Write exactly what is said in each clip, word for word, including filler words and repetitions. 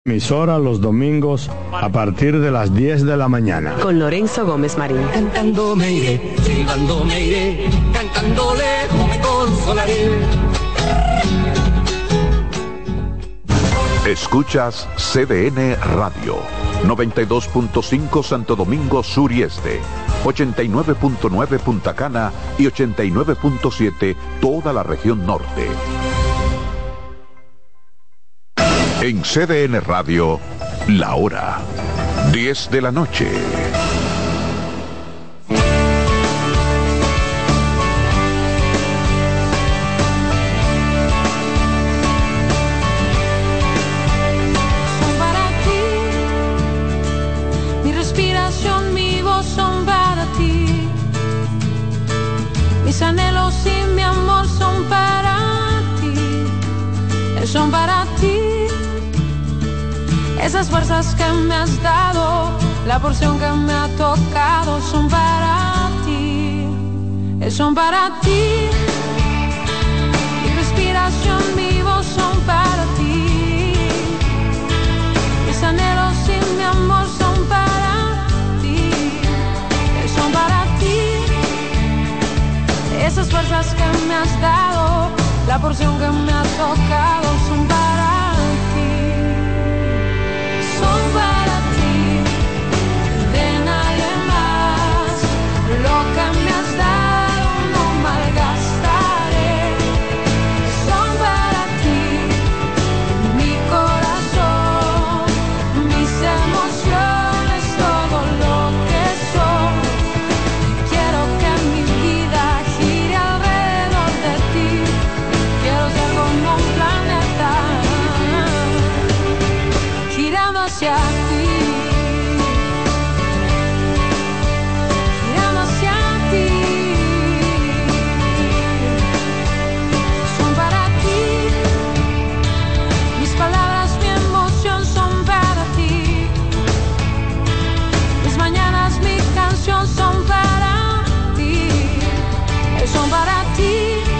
Emisora los domingos a partir de las diez de la mañana. Con Lorenzo Gómez Marín. Cantando me iré, silbando me iré, cantando lejos me consolaré. Escuchas C D N Radio, noventa y dos punto cinco Santo Domingo Sur y Este, ochenta y nueve punto nueve Punta Cana y ochenta y nueve punto siete toda la región norte. En C D N Radio, la hora diez de la noche. Son para ti, mi respiración, mi voz son para ti. Mis anhelos y mi amor son para ti, son para ti. Esas fuerzas que me has dado, la porción que me ha tocado, son para ti, son para ti. Mi respiración, mi voz son para ti. Mis anhelos y mi amor son para ti, son para ti. Esas fuerzas que me has dado, la porción que me ha tocado, son para ti. Son para ti, de nadie más. Lo que me has dado no malgastaré. Son para ti, mi corazón, mis emociones, todo lo que soy. Quiero que mi vida gire alrededor de ti. Quiero ser como un planeta girando hacia ti, girando hacia ti. Son para ti, mis palabras, mi emoción son para ti. Mis mañanas, mi canción son para ti, son para ti.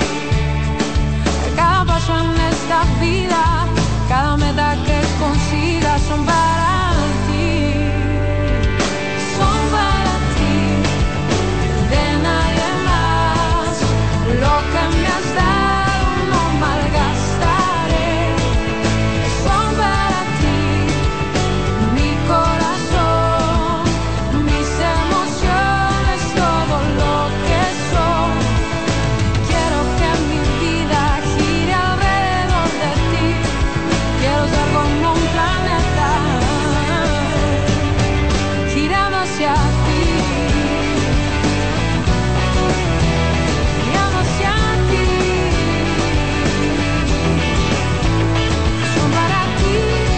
Cada paso en esta vida, cada meta que consiga, son para ti, son para ti, de nadie más. Lo que me has dado no malgastaré. Son para ti, mi corazón, mis emociones, todo lo que soy. Quiero que mi vida gire alrededor de ti. Quiero ser como un planeta girando hacia ti, girando hacia ti. Son para ti.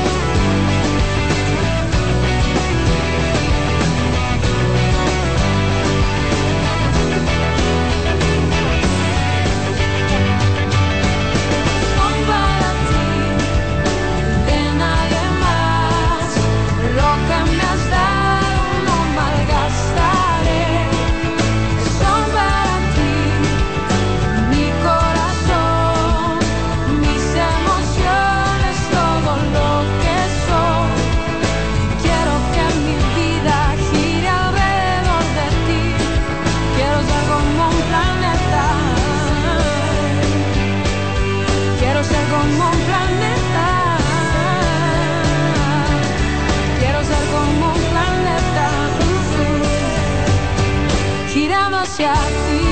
Son para ti, de nadie más. Lo que me has dado no malgastaré. Son para ti, mi corazón, mis emociones, todo lo que soy. Quiero que mi vida gire alrededor de ti. Quiero ser como un planeta. Quiero ser como un planeta. Quiero ser como un planeta girando hacia ti.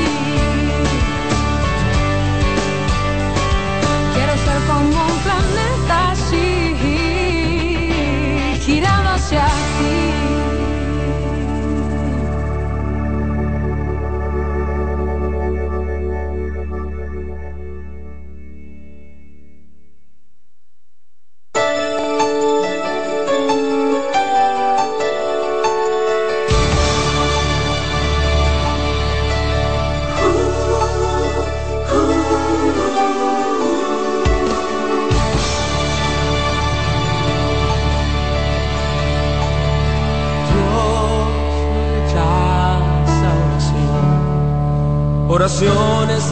Quiero ser como un planeta, sí, girando hacia ti. Oraciones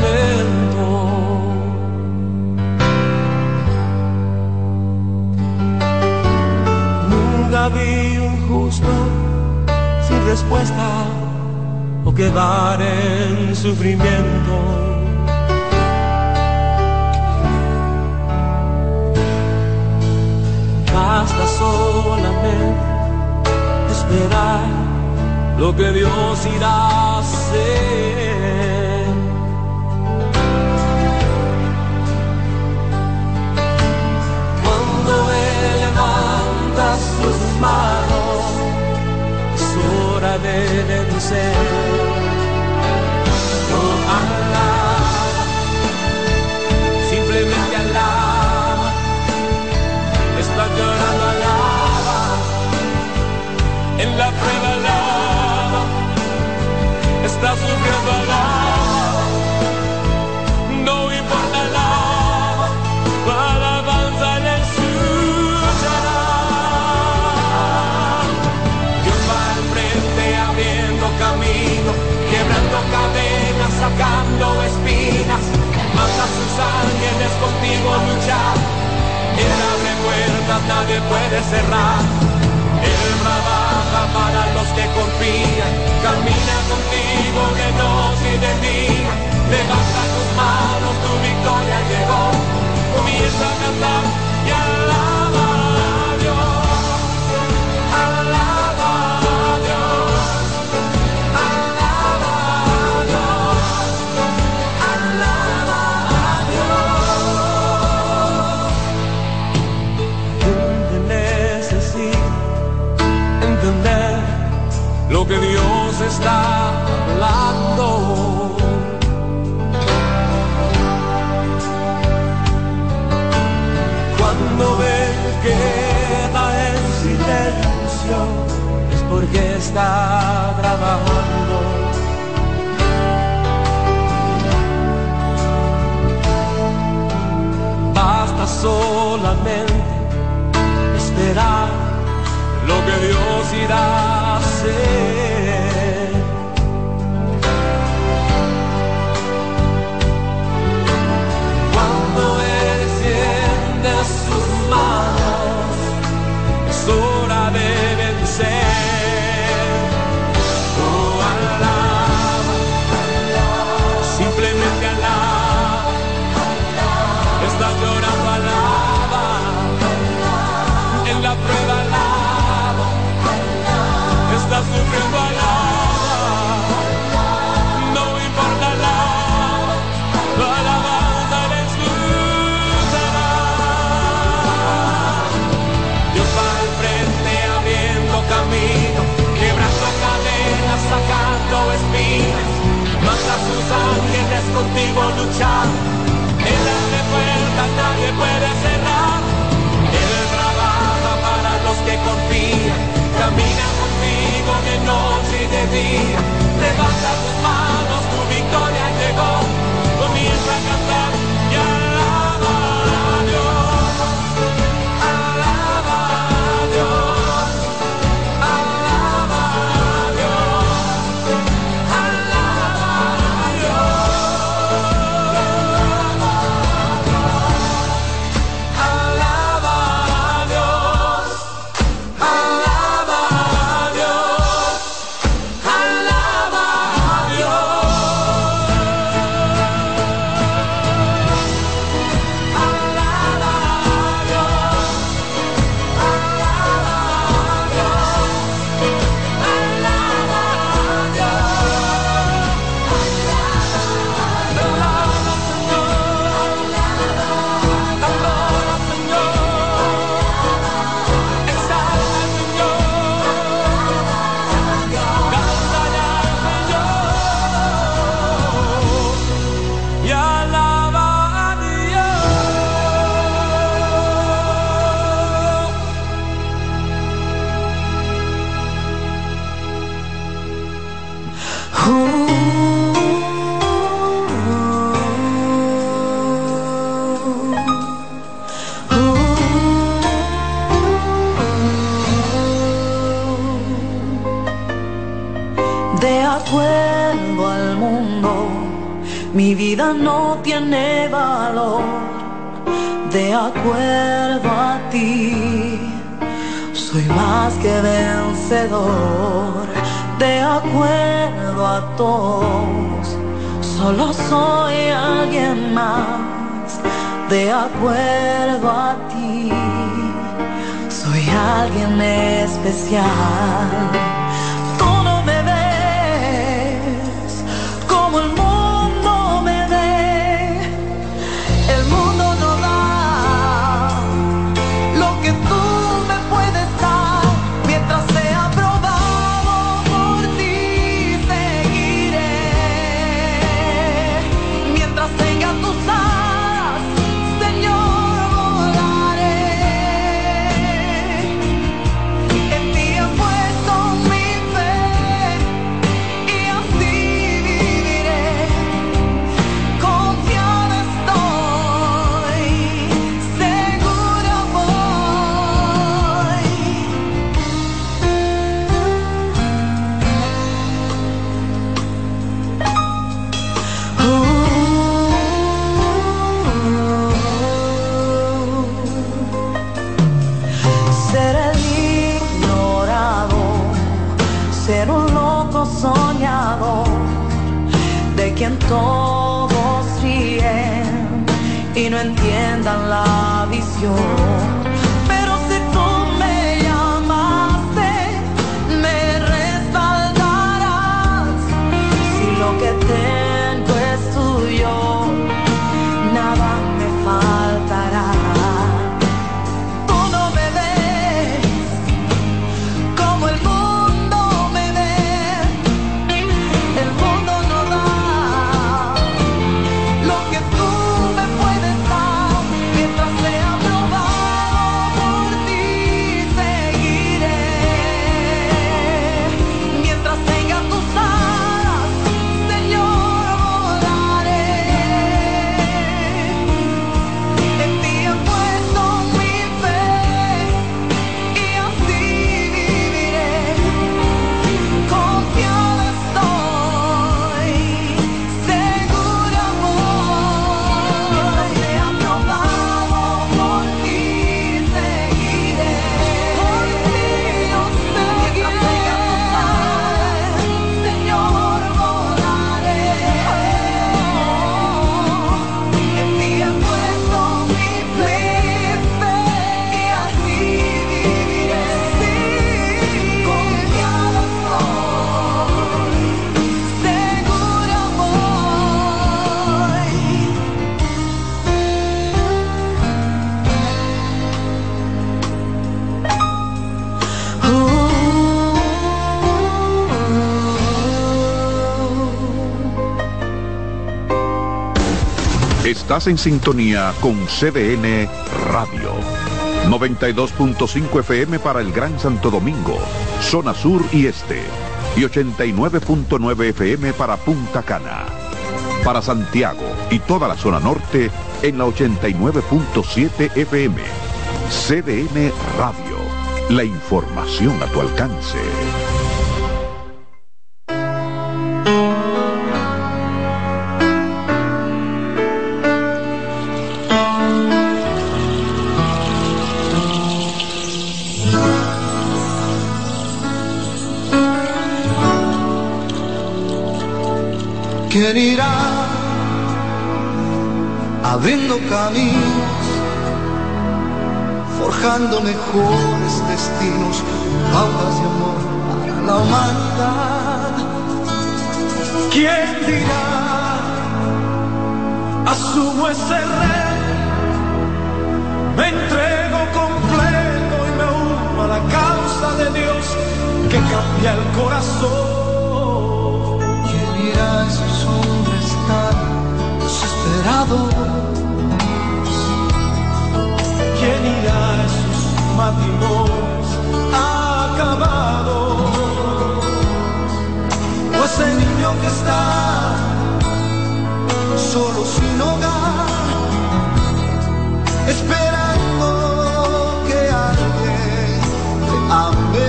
alimento. navío injusto, sin respuesta, o quedar en sufrimiento. Basta solamente esperar lo que Dios irá a hacer. Cuando Él levanta sus manos, es hora de vencer. No alaba, simplemente alaba. Está llorando, alaba. En la prueba, alaba. Está sufriendo, alaba. No importa, alaba. La alabanza le escuchará. Dios va al frente abriendo camino, quebrando cadenas, sacando espinas. Manda sus ángeles contigo a luchar. Él abre puertas, nadie puede cerrar. Él trabaja para los que confían. Camina contigo de noche y de día. Levanta tus manos, tu victoria llegó. Comienza a cantar y alaba a Dios. Alaba a Dios. Alaba a Dios. Alaba a Dios. Gente necesita entender lo que Dios está hablando. Cuando Él queda en silencio, es porque está trabajando. Basta solamente esperar lo que Dios irá a hacer. Cuando Él extiende sus manos, es hora de vencer. Oh, alaba, simplemente alaba. Está llorando, alaba. En la prueba, alaba. Está sufriendo, alaba. No importa, alaba. La alabanza le escuchará. Dios va al frente abriendo camino, quebrando cadenas, sacando espinas. Manda sus ángeles contigo a luchar. Él abre puertas, nadie puede cerrar. Él trabaja para los que confían. Camina contigo de noche y de día. Levanta tus manos, tu victoria llegó. Comienza a cantar y alaba a Dios. Alaba a Dios. Alaba a Dios. Alaba a Dios. Alaba a Dios. Alaba a Dios. Alaba a acuerdo al mundo, mi vida no tiene valor. De acuerdo a ti, soy más que vencedor. De acuerdo a todos, solo soy alguien más. De acuerdo a ti, soy alguien especial. Tú no me ves como el mundo me ve. El mundo no da lo que tú me puedes dar. Mientras sea aprobado por ti, seguiré. Mientras tenga tus alas, Señor, volaré. En ti he puesto mi fe y así viviré. Confiada estoy, segura voy. Ser el ignorado, ser un loco soñador, de quien todos ríen y no entiendan la visión. Pero si tú me llamaste, me respaldarás. Si lo que tengo es tuyo, nada me faltará. Tú no me ves como el mundo me ve. El mundo no da lo que tú me puedes dar. Mientras sea aprobado por ti, seguiré. Mientras tenga tus alas, Señor, volaré. En ti he puesto mi fe y así viviré. Confiada estoy, segura voy. Mientras sea aprobado por ti, seguiré. Por ti yo seguiré. Señor, volaré. En ti he puesto mi fe y así viviré. Confiada estoy, segura voy. Estás en sintonía con C D N Radio. noventa y dos punto cinco F M para el Gran Santo Domingo, zona sur y este. Y ochenta y nueve punto nueve F M para Punta Cana. Para Santiago y toda la zona norte en la ochenta y nueve punto siete F M. C D N Radio. La información a tu alcance. ¿Quién irá abriendo caminos, forjando mejores destinos, pautas de amor para la humanidad? ¿Quién dirá asumo ese rey, me entrego completo y me uno a la causa de Dios que cambia el corazón? Esos hombres tan desesperados, ¿quién irá a esos matrimonios acabados? O ese niño que está solo sin hogar, esperando que alguien le ame.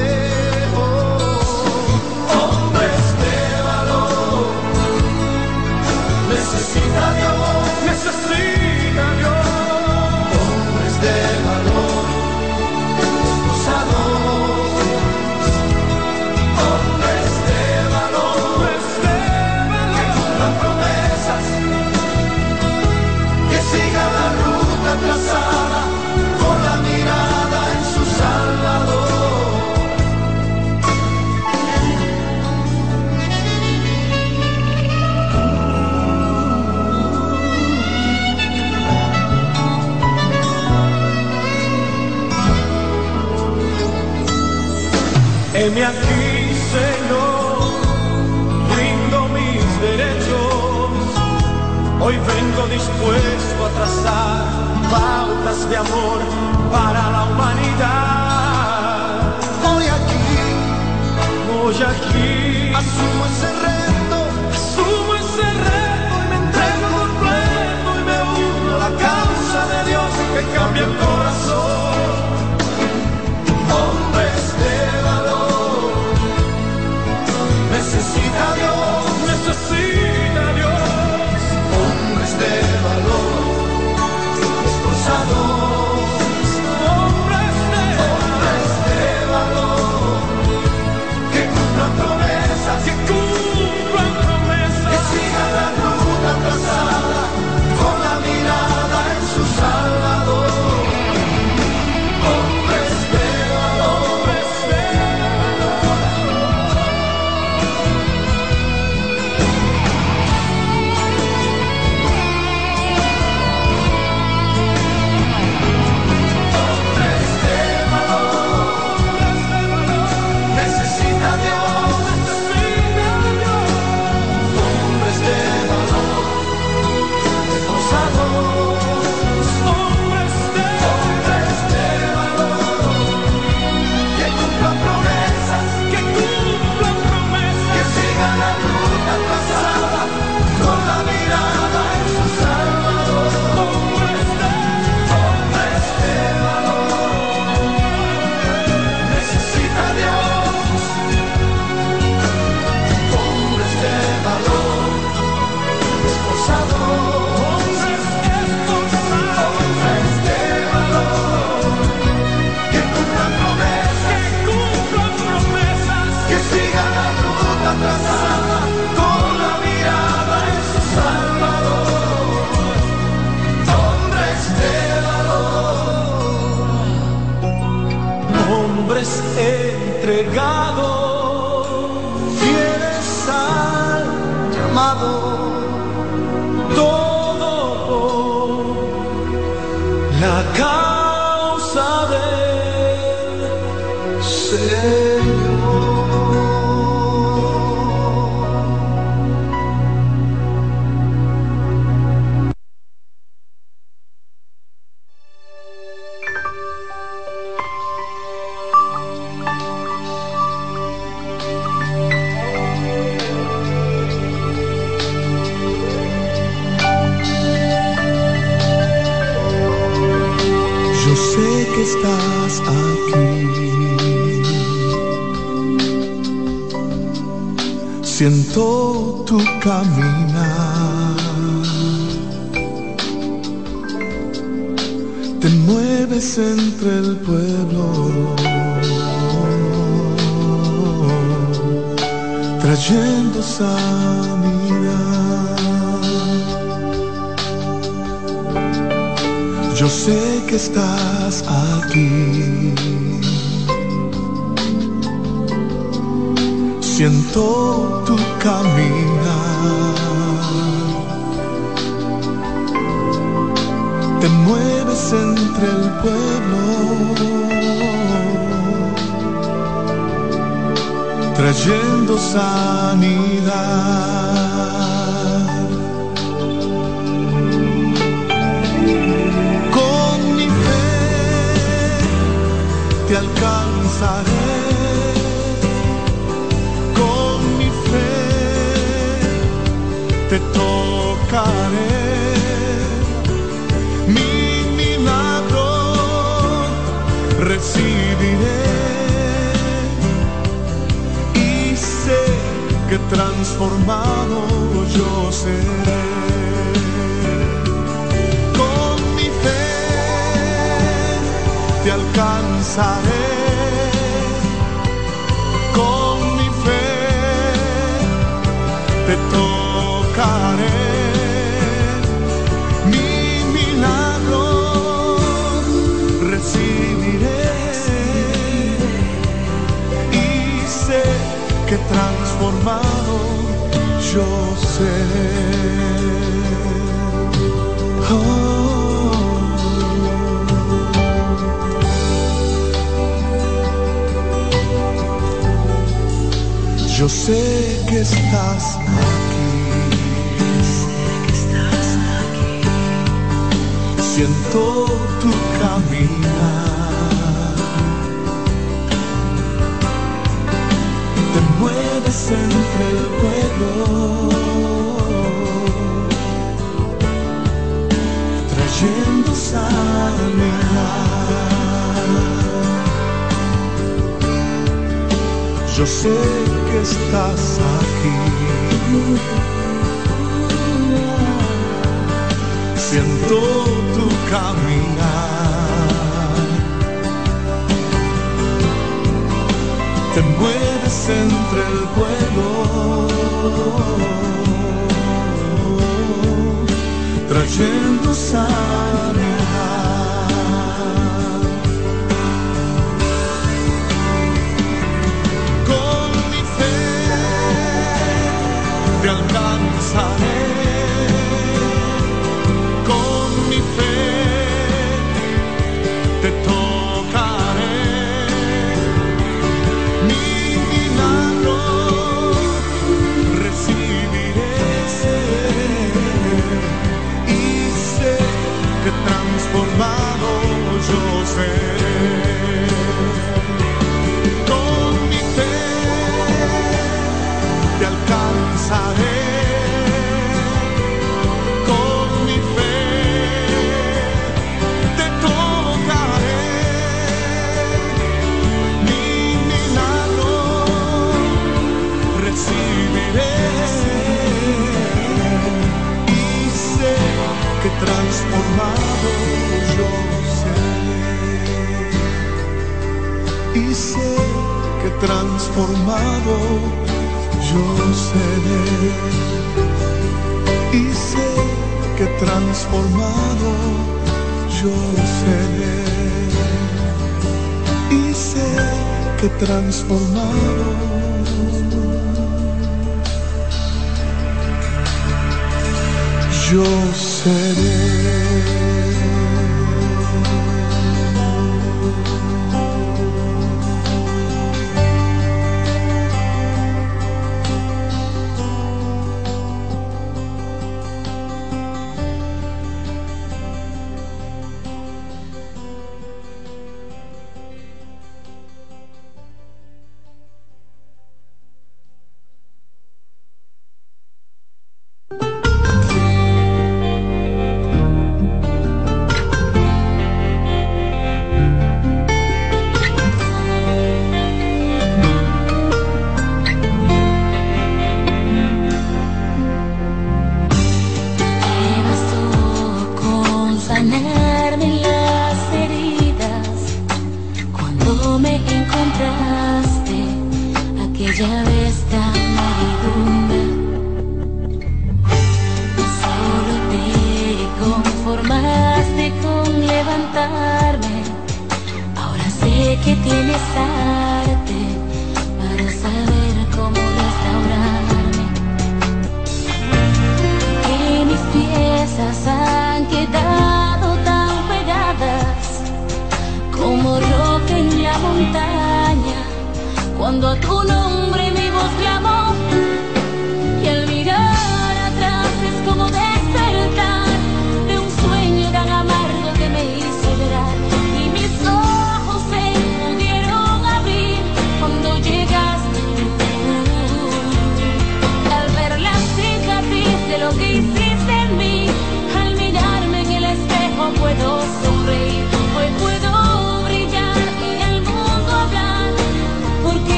Necesita Dios, necesita Dios, hombres de valor, esposa Heme aquí, Señor, rindo mis derechos. Hoy vengo dispuesto a trazar pautas de amor para la humanidad. Hoy aquí, hoy aquí, asumo ese reto, asumo ese reto y me entrego completo y me uno a la causa de Dios que cambia el corazón. Hombres de valor, necesita Dios, necesita Dios. Hombres de valor, esforzados, hombres de, hombres de valor, que cumplan promesas, que cumplan promesas, que sigan la ruta trazada con la mirada en su Salvador. Hombres de valor, hombres de necesita Dios, necesita Dios. Hombres de valor, esforzados, hombres de, hombres de valor, que cumplan promesas, que cumplan promesas, que sigan la ruta trazada con la mirada en su Salvador. Hombres de, hombres de valor, necesita Dios. Hombres de valor, esforzados, hombres esforzados, hombres de valor, que cumplan promesas, que cumplan promesas, que sigan la ruta trazada con la mirada en su Salvador. Hombres de valor, hombres entregados, fieles al llamado, todo por la causa del Señor. Yo sé que estás aquí, siento tu caminar, te mueves entre el pueblo, trayendo sanidad. Yo sé que estás aquí, siento tu caminar, te mueves entre el pueblo, trayendo sanidad. Te alcanzaré, con mi fe te tocaré, mi milagro recibiré y sé que transformado yo seré. Con mi fe te alcanzaré, con mi fe te tocaré, mi milagro recibiré y sé que transformado yo seré. Oh. Yo sé que estás aquí. Siento tu caminar, te mueves entre el pueblo, trayendo sanidad. Yo sé que estás aquí. Siento tu caminar, te mueves entre el pueblo, trayendo sanidad. Con mi fe te alcanzaré. Te tocaré, mi milagro recibiré y sé que transformado yo seré. Con mi fe te alcanzaré. Transformado yo seré, y sé que transformado yo seré, y sé que transformado yo seré, y sé que transformado yo seré.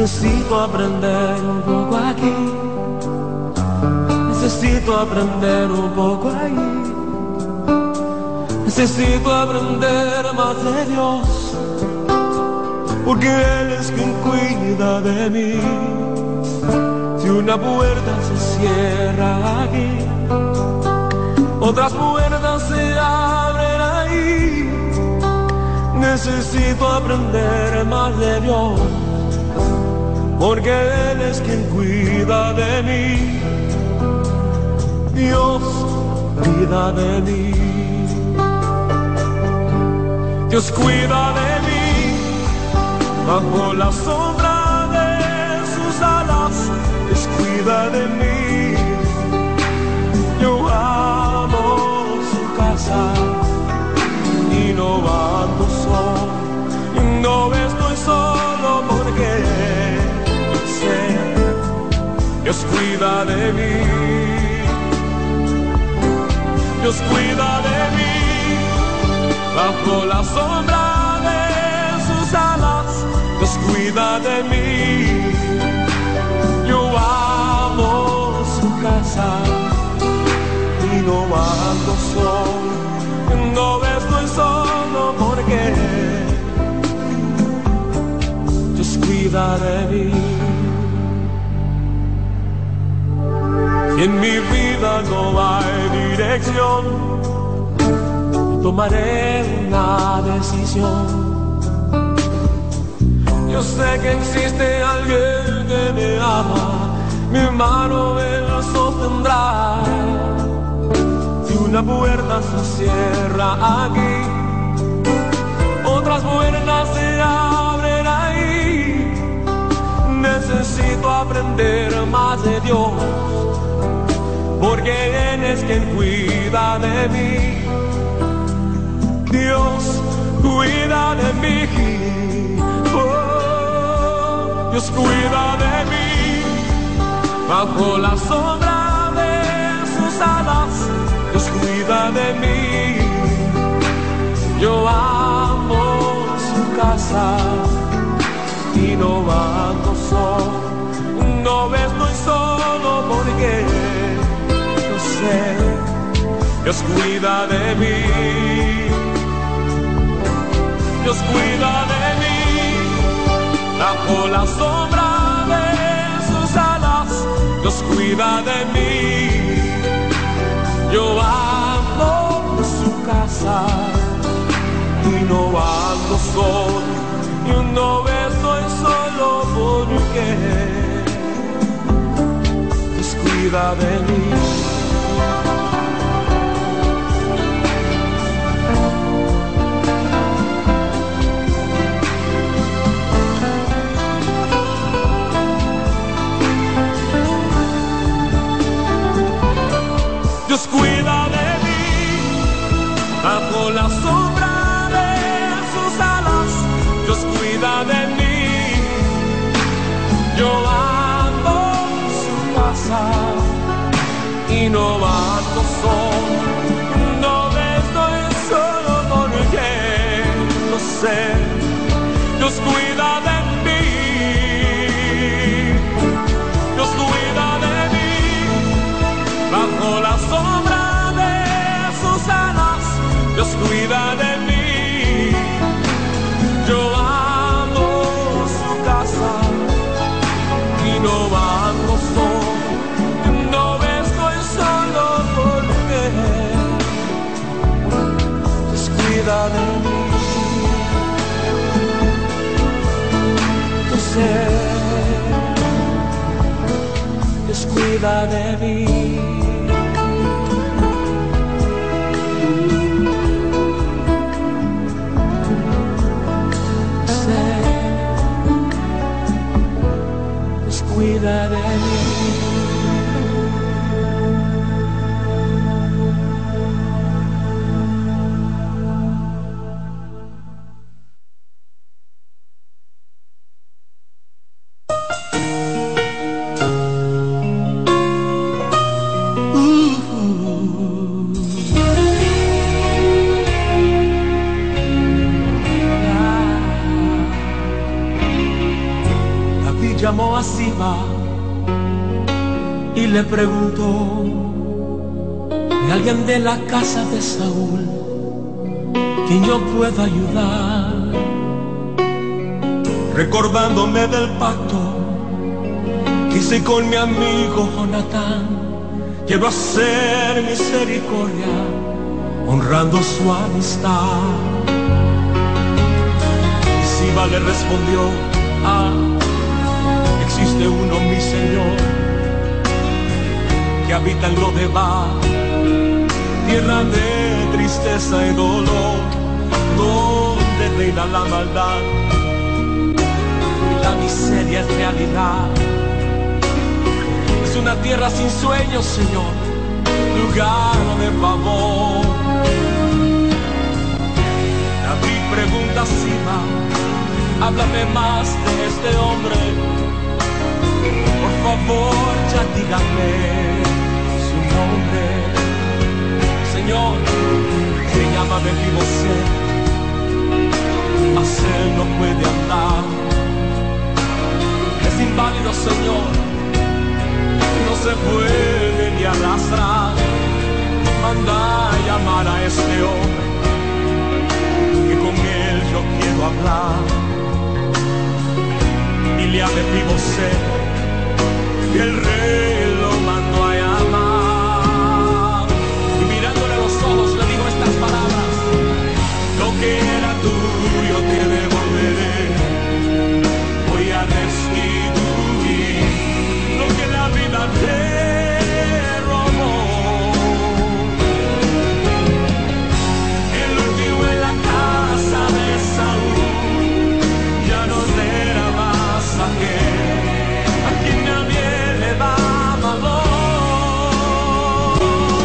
Necesito aprender un poco aquí, necesito aprender un poco ahí, necesito aprender más de Dios, porque Él es quien cuida de mí. Si una puerta se cierra aquí, otras puertas se abren ahí. Necesito aprender más de Dios, porque Él es quien cuida de mí. Dios cuida de mí. Dios cuida de mí bajo la sombra de sus alas. Dios cuida de mí. Yo amo su casa y no ando solo, y no estoy solo porque sé, Dios cuida de mí. Dios cuida de mí bajo la sombra de sus alas. Dios cuida de mí. Yo amo su casa y no ando solo, no estoy solo porque Dios cuida de mí. Si en mi vida no hay dirección, tomaré una decisión. Yo sé que existe alguien que me ama, mi mano Él sostendrá. Si una puerta se cierra aquí, otras puertas se abren ahí. Necesito aprender más de Dios, porque Él es quien cuida de mí. Dios cuida de mí. Oh, Dios cuida de mí bajo la sombra de sus alas. Dios cuida de mí. Yo amo su casa y no ando solo, no estoy solo porque yo sé, Dios cuida de mí. Dios cuida de mí bajo la sombra de sus alas. Dios cuida de mí. Yo amo su casa y no ando solo, yo no estoy solo porque Dios cuida de mí. Dios cuida de mí bajo la sombra de sus alas. Dios cuida de mí. Yo amo su casa y no ando solo, no estoy solo porque lo sé, Dios cuida de mí. Dios cuida de mí bajo la sombra de sus alas. Dios cuida de mí. Yo amo su casa y no ando solo, no estoy solo porque Dios cuida de mí. Yo sé, Dios cuida de mí. Cuida de mí. le preguntó a alguien de la casa de Saúl quien yo pueda ayudar, recordándome del pacto que hice con mi amigo Jonatán. Quiero hacer misericordia honrando su amistad. Y Siba le respondió: ah, existe uno, mi Señor, que habita en Lodebar, tierra de tristeza y dolor, donde reina la maldad y la miseria es realidad. Es una tierra sin sueños, Señor, lugar de favor. David pregunta a Siba: háblame más de este hombre, por favor, ya dígame su nombre. Señor, se llama Mefiboset, mas él no puede andar, es inválido, Señor, no se puede ni arrastrar. Manda a llamar a este hombre, que con él yo quiero hablar. Dile a Mefiboset que el rey lo mandó a llamar. Y mirándole a los ojos le dijo estas palabras: lo que era tuyo te devolveré, voy a restituir lo que la vida te robó. El último en la casa de Saúl ya no será más aquel a quien nadie le da valor.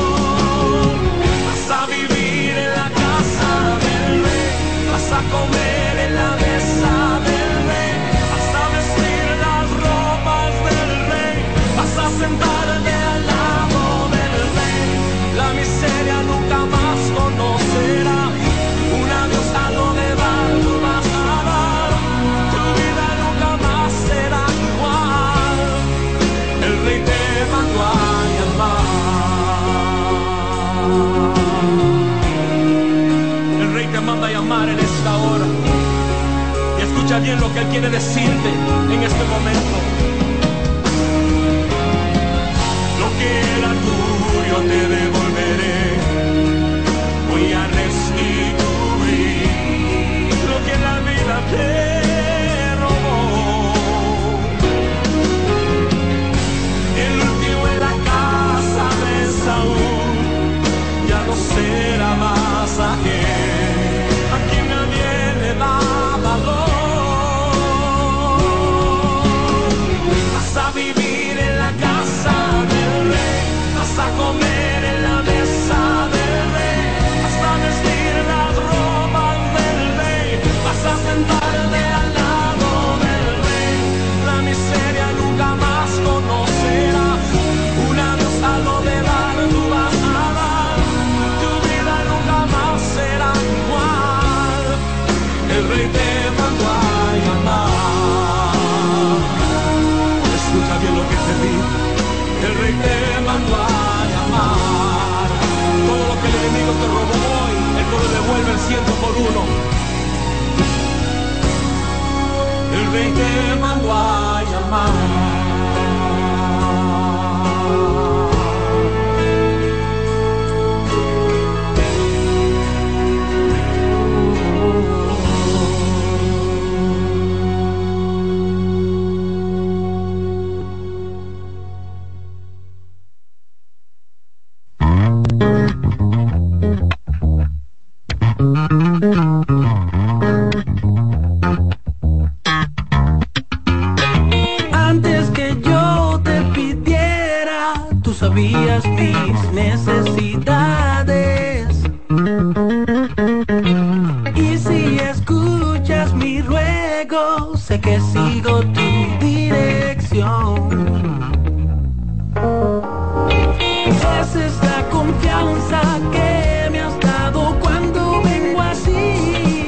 Vas a vivir en la casa del rey, vas a comer en la mesa del rey, vas a vestir las ropas del rey, vas a sentarte al lado del rey. La miseria nunca más conocerás, un adiós a lo de dar tú vas a dar, tu vida nunca más será igual. El rey te mandó a llamar. El rey te manda a llamar en esta hora. Y escucha bien lo que él quiere decirte en este momento. Lo que era tuyo te devolveré, voy a restituir lo que la vida te robó. El último en la casa de Saúl ya no será más aquel a quien nadie le da valor. Vas a vivir en la casa del rey, vas a comer en la mesa del rey, vas a vestir las ropas del rey, vas a sentarte al lado del rey. La miseria nunca más conocerás, un adiós a lo de dar tú vas a dar, tu vida nunca más será igual. El rey te mandó a llamar. Escucha bien lo que te digo. El rey te mandó a llamar. Todo lo que el enemigo te robó hoy, él no lo devuelve el ciento por uno. El rey te mandó a llamar. Antes que yo te pidiera, tú sabías mis necesidades. Y si escuchas mi ruego, sé que sigo tu dirección. Esa es la confianza que me has dado cuando vengo así,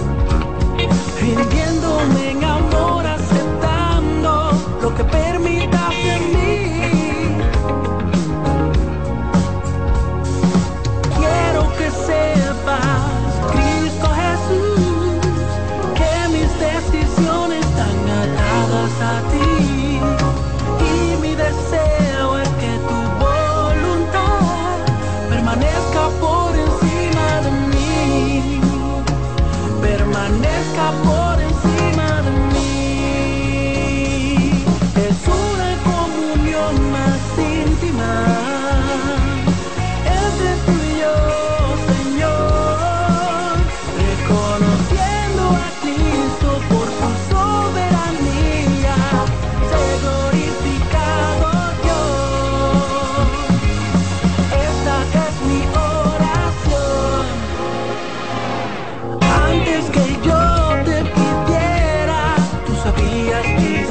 rindiéndome en amor, aceptando lo que permite íntima. Entre tú y yo, Señor, reconociendo a Cristo por su soberanía, sé glorificado Dios. Esta es mi oración. Antes que yo te pidiera, tú sabías mis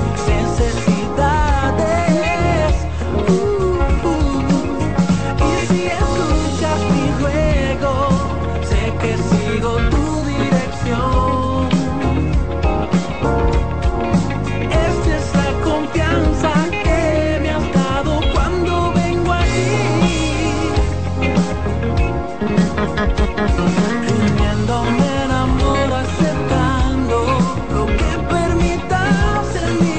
necesidades. Uh, uh, y si escuchas mi ruego, sé que sigo tu dirección. Esta es la confianza que me has dado cuando vengo a ti. Rindiéndome en amor, aceptando lo que permitas en mí.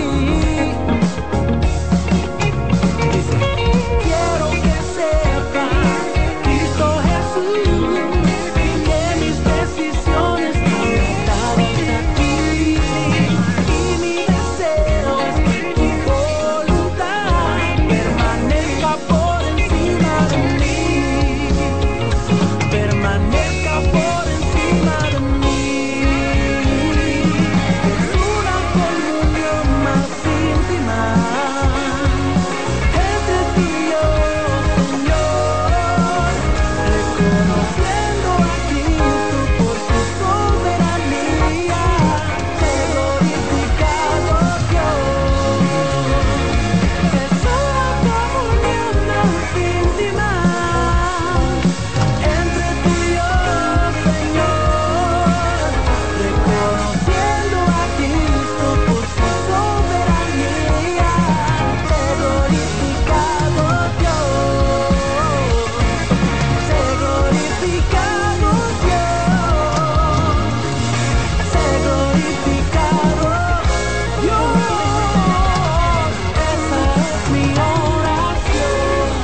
Dice, quiero que sepas, Cristo Jesús, que mis decisiones están dadas a ti. Y mi deseo es que tu voluntad permanezca por encima de mí. Permanezca por encima de mí. Es una comunión más íntima entre tú y yo, Señor, reconociendo a Cristo por su soberanía, sé glorificado Dios. Es una comunión más íntima entre tú y yo, Señor, reconociendo a Cristo por su soberanía, sé glorificado Dios, sé glorificado Dios, sé glorificado Dios. Esa es mi oración.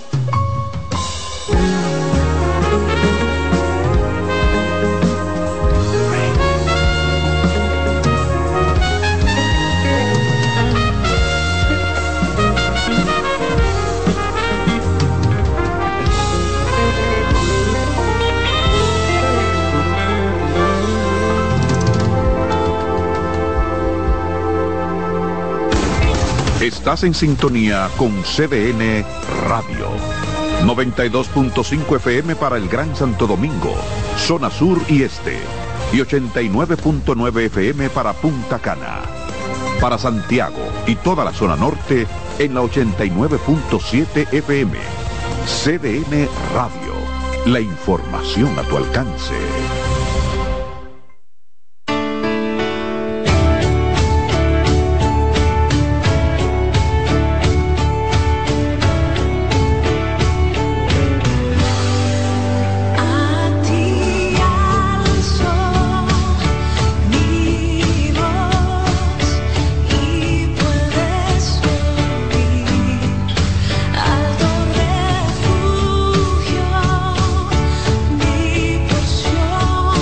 Estás en sintonía con C D N Radio. noventa y dos punto cinco F M para el Gran Santo Domingo, zona sur y este. Y ochenta y nueve punto nueve F M para Punta Cana. Para Santiago y toda la zona norte en la ochenta y nueve punto siete F M. C D N Radio. La información a tu alcance. A ti alzo mi voz y puedes oír alto refugio, mi porción.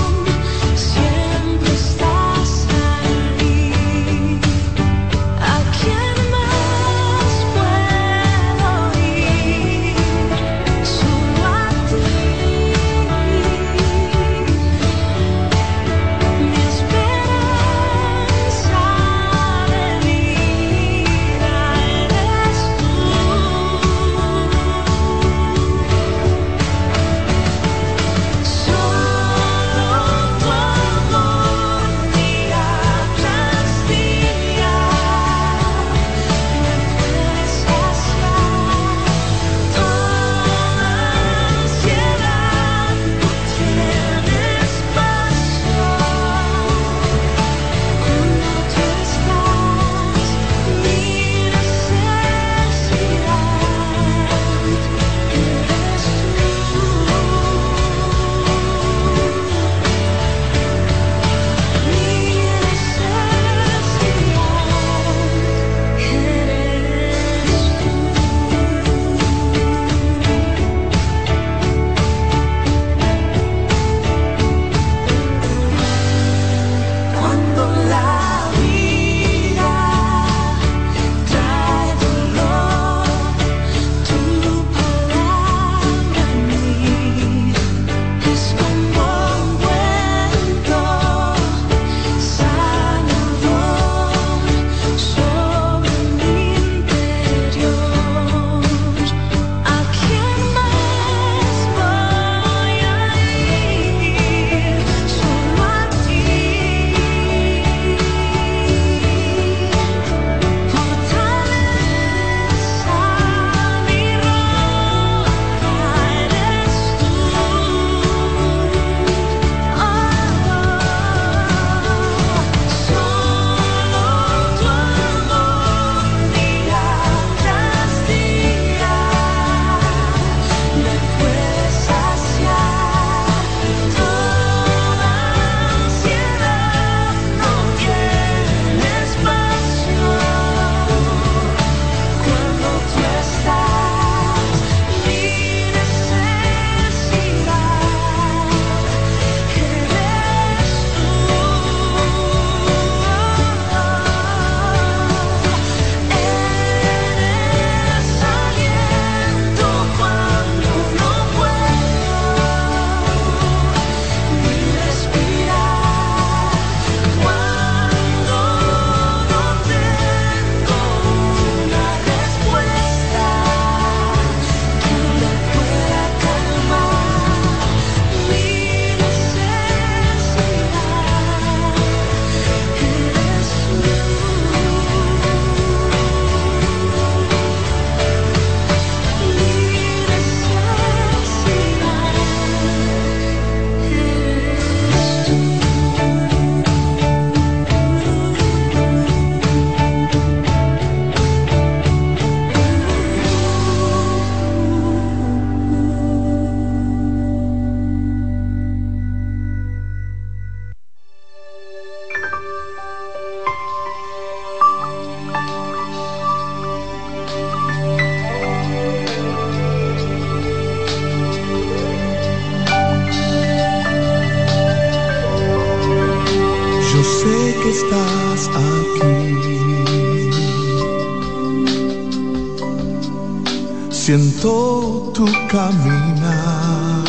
Siento tu caminar,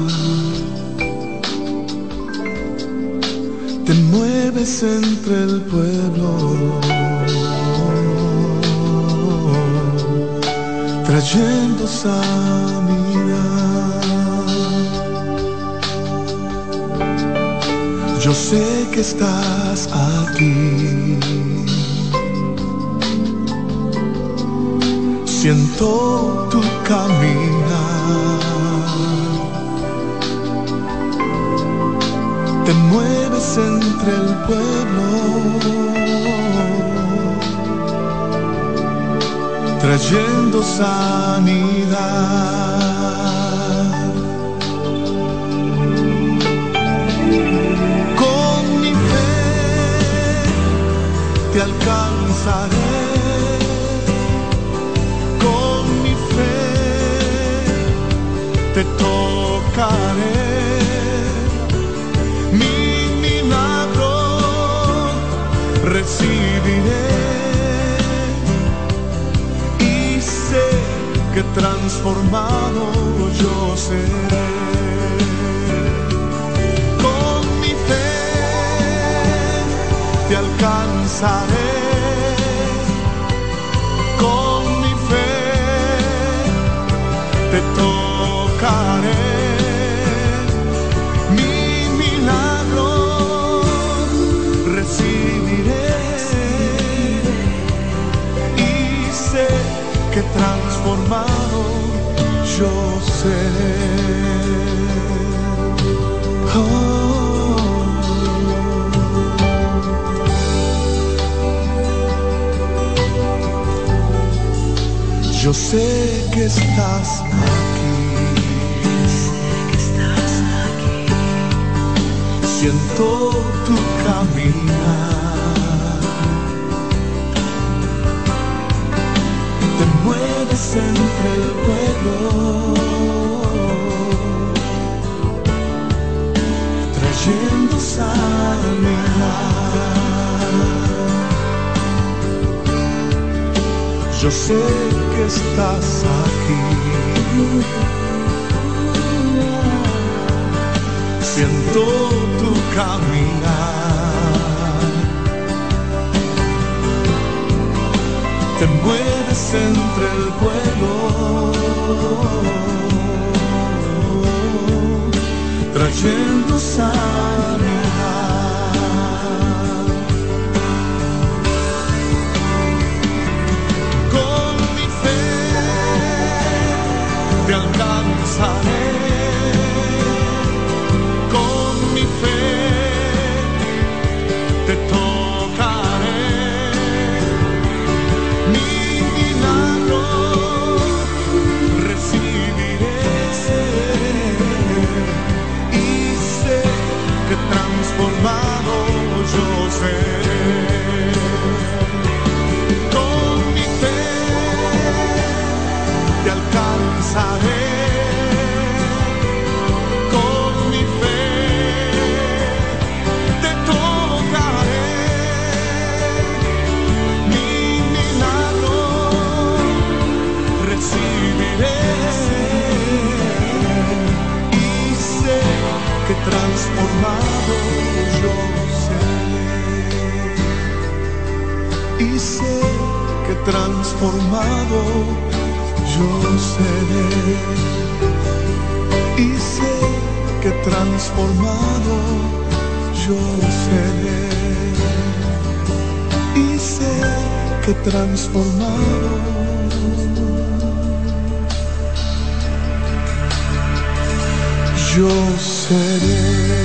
te mueves entre el pueblo, trayendo sanidad. Yo sé que estás aquí. Siento tu caminar, te mueves entre el pueblo, trayendo sanidad. Con mi fe te alcanzaré. Te tocaré, mi milagro recibiré y sé que transformado yo seré. Con mi fe te alcanzaré. Con mi fe te tocaré, mi milagro recibiré y sé que transformado yo seré. Oh. Yo sé que estás aquí. Siento tu caminar, te mueves entre el pueblo, trayendo sanidad. Yo sé que estás aquí. Siento tu caminar, te mueves entre el pueblo, trayendo sanidad. Con mi fe te alcanzaré. Te tocaré, mi milagro recibiré y sé que transformado yo seré. Con mi fe te alcanzaré. Transformado yo seré y sé que transformado yo seré y sé que transformado yo seré y sé que transformado yo seré.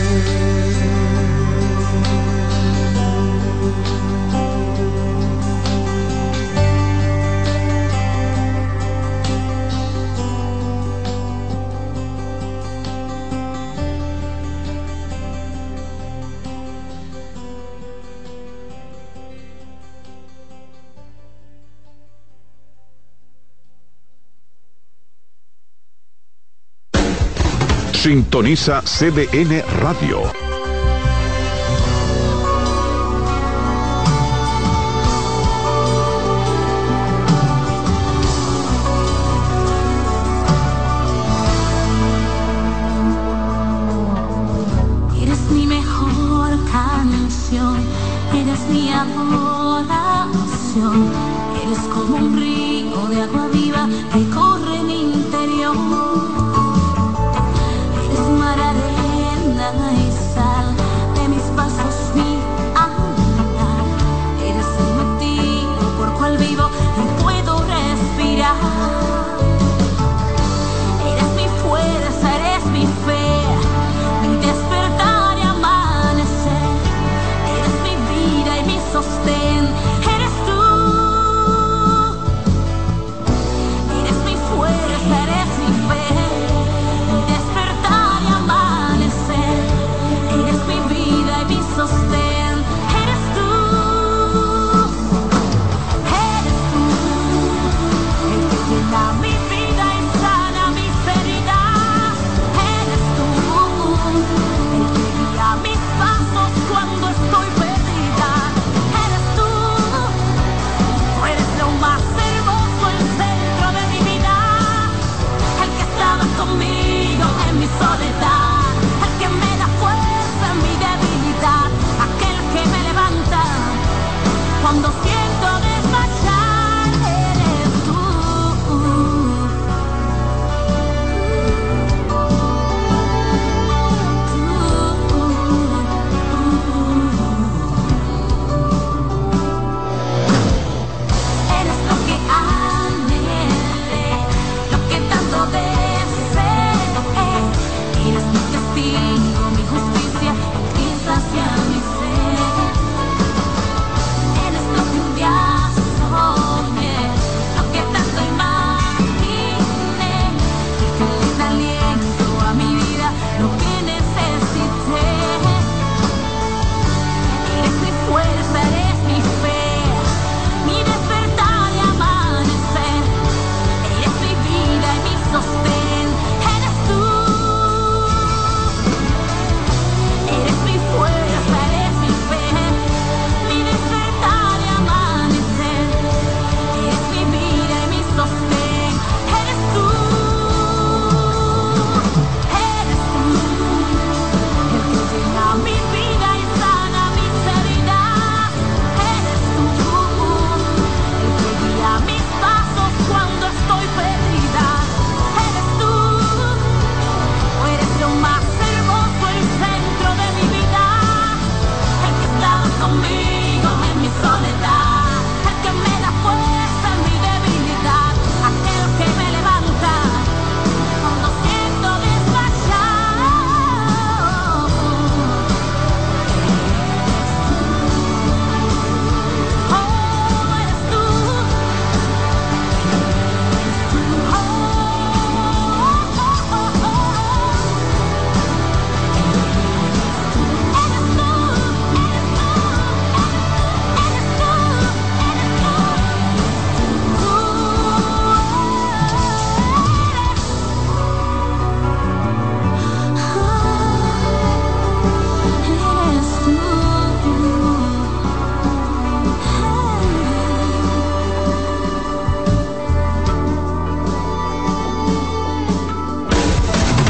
Sintoniza C D N Radio.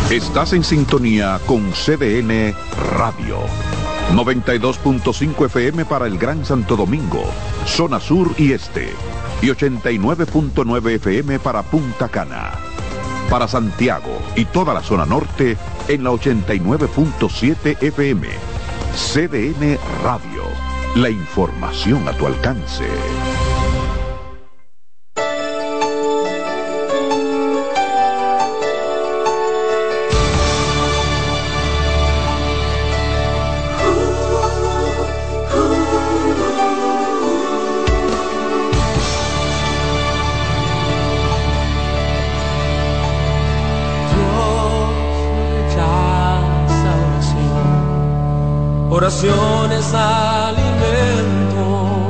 Estás en sintonía con C D N Radio. noventa y dos punto cinco F M para el Gran Santo Domingo, zona sur y este. Y ochenta y nueve punto nueve F M para Punta Cana. Para Santiago y toda la zona norte en la ochenta y nueve punto siete F M. C D N Radio. La información a tu alcance. Oraciones alimento.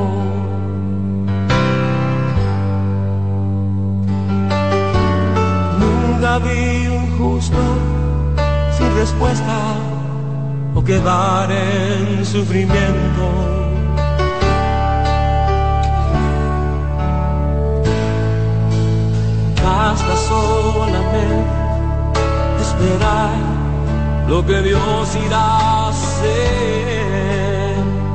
Nunca vi un justo sin respuesta o quedar en sufrimiento. Basta solamente esperar lo que Dios irá a hacer.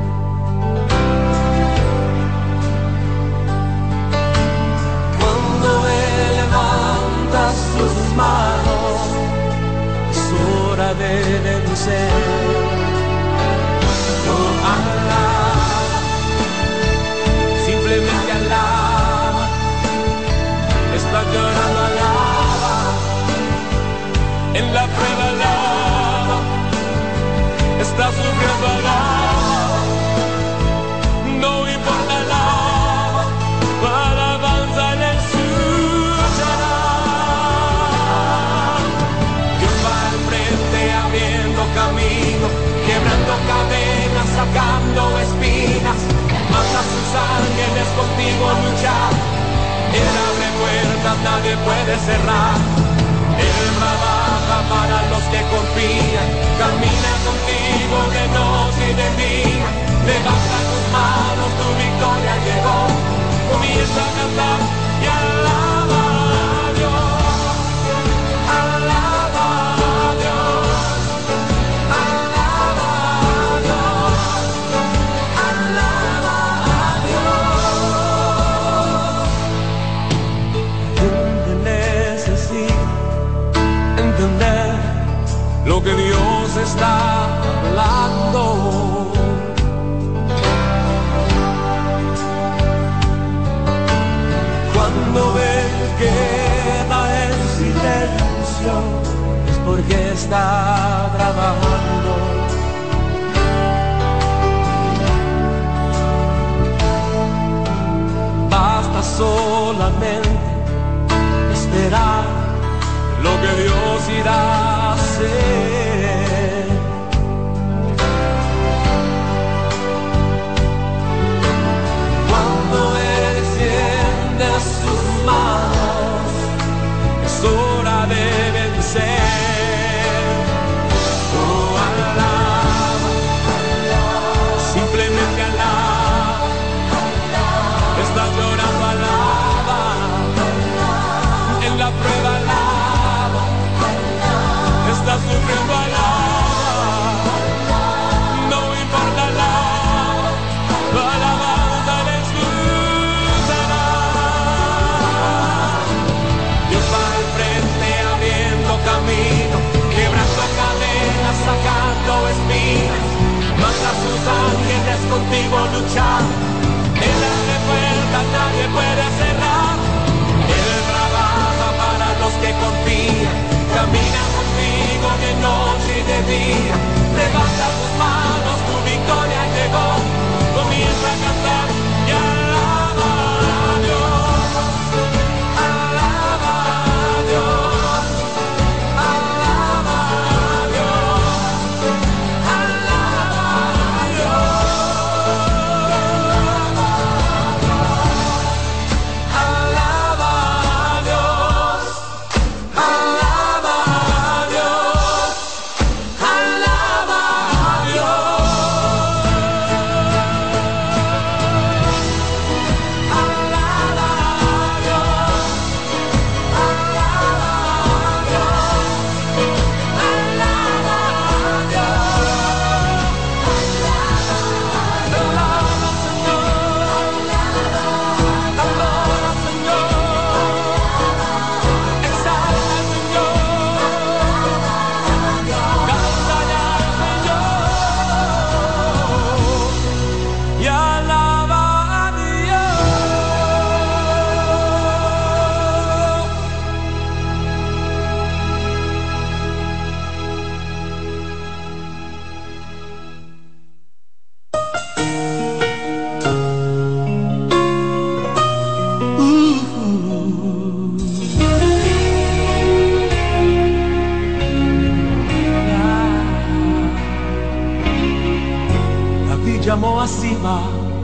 Cuando Él levanta sus manos, es hora de vencer. Oh, alaba, simplemente alaba, está llorando, alaba, en la prueba alaba, está sufriendo, alaba, no importa, alaba, alabanza le escuchará. Dios va al frente abriendo camino, quebrando cadenas, sacando espinas, manda a sus ángeles contigo luchar. Él abre puertas, nadie puede cerrar. Él trabaja para los que confían, camina contigo de noche y de día. Levanta tus manos, tu victoria llegó. Comienza a cantar y alaba a Dios, alaba a Dios, alaba a Dios, alaba a Dios. Gente necesita entender lo que Dios está hablando. Cuando ve que queda en silencio, es porque está trabajando. Basta solamente esperar lo que Dios irá a hacer. Cuando Él extiende sus manos, es hora de vencer. Oh, alaba, simplemente alaba, está llorando, alaba, en la prueba alaba, está sufriendo, alaba, no importa, alaba, la alabanza le escuchará. Dios va al frente abriendo camino, quebrando cadenas, sacando espinas, manda a sus ángeles contigo luchar. Él abre puertas, nadie puede cerrar. Él trabaja para los que confían, camina contigo de noche y de día. Levanta tus manos, tu victoria llegó. Comienza a cantar y alaba a Dios, alaba a Dios, alaba a Dios, alaba a Dios, alaba a Dios, llamó a Siba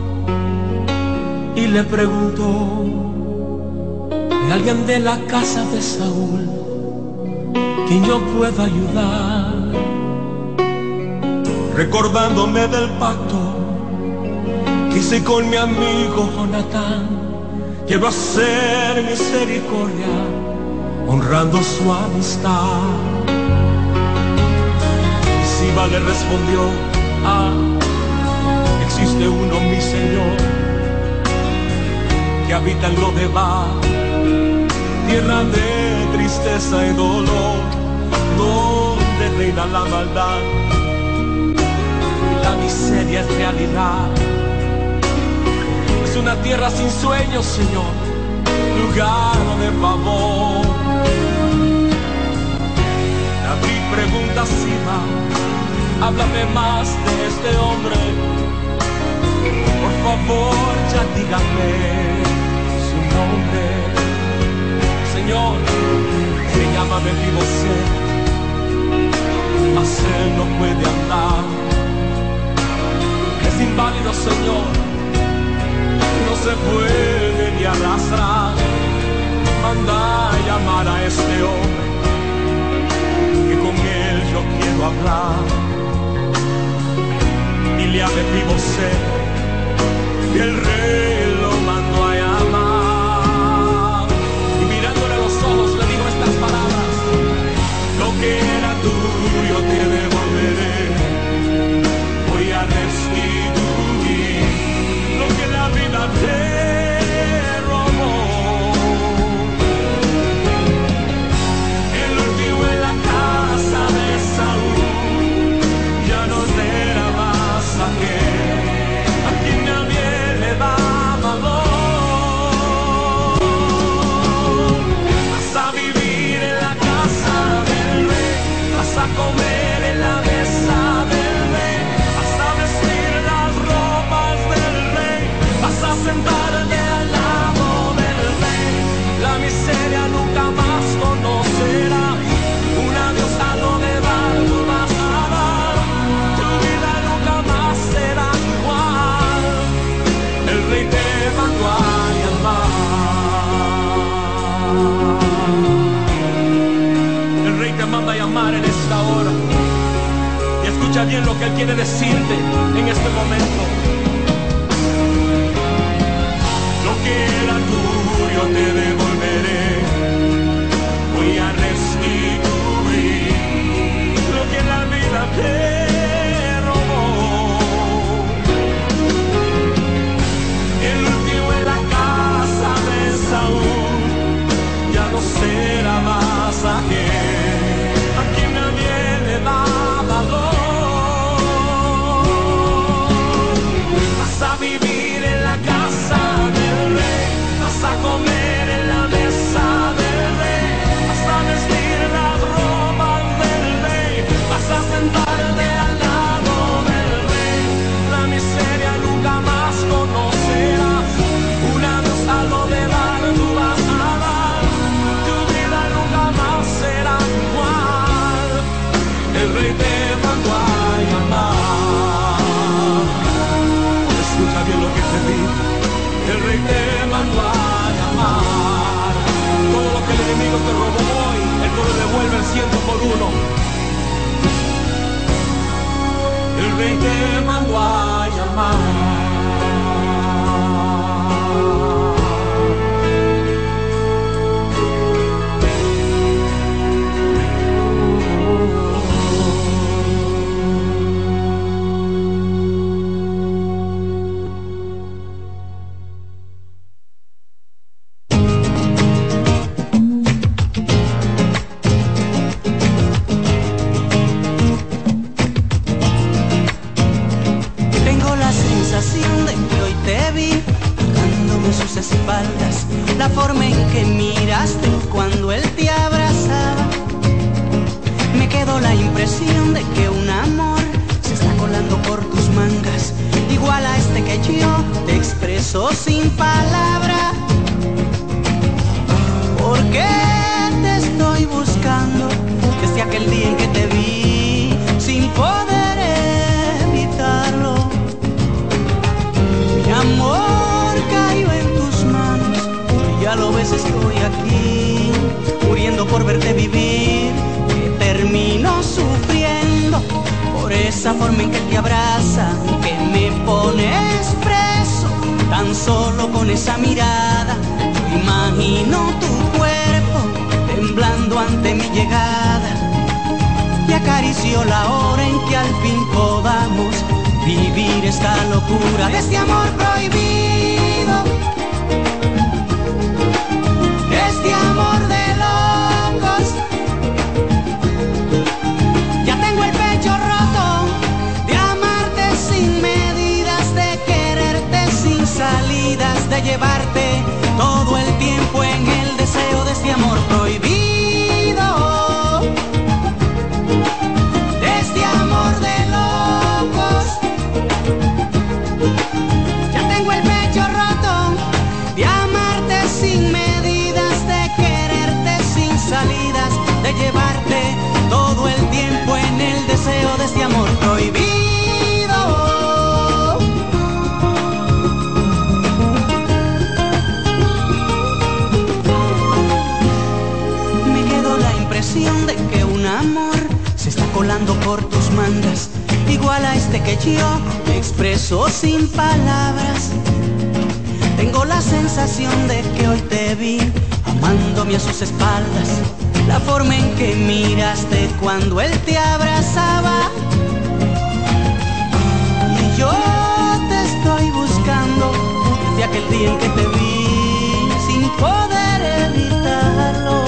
y le preguntó: ¿hay alguien de la casa de Saúl quien yo pueda ayudar? Recordándome del pacto que hice con mi amigo Jonatán, quiero hacer misericordia honrando su amistad. Y Siba le respondió: ah, existe uno, mi Señor, que habita en Lodebar, tierra de tristeza y dolor, donde reina la maldad y la miseria es realidad. Es una tierra sin sueños, Señor, lugar de favor. David pregunta a Siba: háblame más de este hombre, por favor, ya dígame su nombre. Señor, se llama Mefibosé, mas él no puede hablar. Es inválido, Señor, no se puede ni arrastrar. Manda a llamar a este hombre, que con él yo quiero hablar. Dile a Mefibosé que el rey lo mandó a llamar. Y mirándole a los ojos le digo estas palabras: lo que era tuyo te devolveré, voy a restituir lo que la vida te robó. El último en la casa de Saúl ya no será más aquel a quien nadie le da valor. Vas a vivir en la casa del rey, vas a comer en la mesa del rey, vas a vestir las ropas del rey, vas a sentarte al lado del rey. La miseria nunca más conocerás, un adiós a lo de dar tú vas a dar, tu vida nunca más será igual. El rey te mandó a llamar. El rey te manda a llamar en esta hora. Y escucha bien lo que él quiere decirte en este momento. Lo que era tuyo te devolveré, voy a restituir lo que la vida te robó. El último en la casa de Saúl ya no será más aquel a quien nadie le da valor. Vas a vivir en la casa del rey, vas a comer en la mesa del rey, vas a vestir las ropas del rey, vas a sentarte al lado del rey. La miseria nunca más conocerás, un adiós a lo de dar tú vas a dar, tu vida nunca más será igual. El rey te mandó a llamar. Escucha bien lo que te digo. El rey te mandó a llamar. Todo lo que el enemigo te robó hoy, él te lo devuelve el ciento por uno. El rey te mandó a llamar. Tengo la sensación de que hoy te vi tocándome sus espaldas, la forma en que miraste cuando él te abrazaba. Me quedó la impresión de que un amor se está colando por tus mangas, igual a este que yo te expreso sin palabra. ¿Por qué te estoy buscando? Desde aquel día en que te vi sin poder evitarlo. verte vivir, que termino sufriendo por esa forma en que te abraza, que me pones preso tan solo con esa mirada. Yo imagino tu cuerpo temblando ante mi llegada y acaricio la hora en que al fin podamos vivir esta locura de este amor prohibido, de este amor de locos. Ya tengo el pecho roto de amarte sin medidas, de quererte sin salidas, de llevarte todo el tiempo en el deseo de este amor prohibido. De llevarte todo el tiempo en el deseo de este amor prohibido. Me quedó la impresión de que un amor se está colando por tus mangas, igual a este que yo te expreso sin palabras. Tengo la sensación de que hoy te vi amándome a sus espaldas, la forma en que miraste cuando él te abrazaba. Y yo te estoy buscando desde aquel día en que te vi sin poder evitarlo.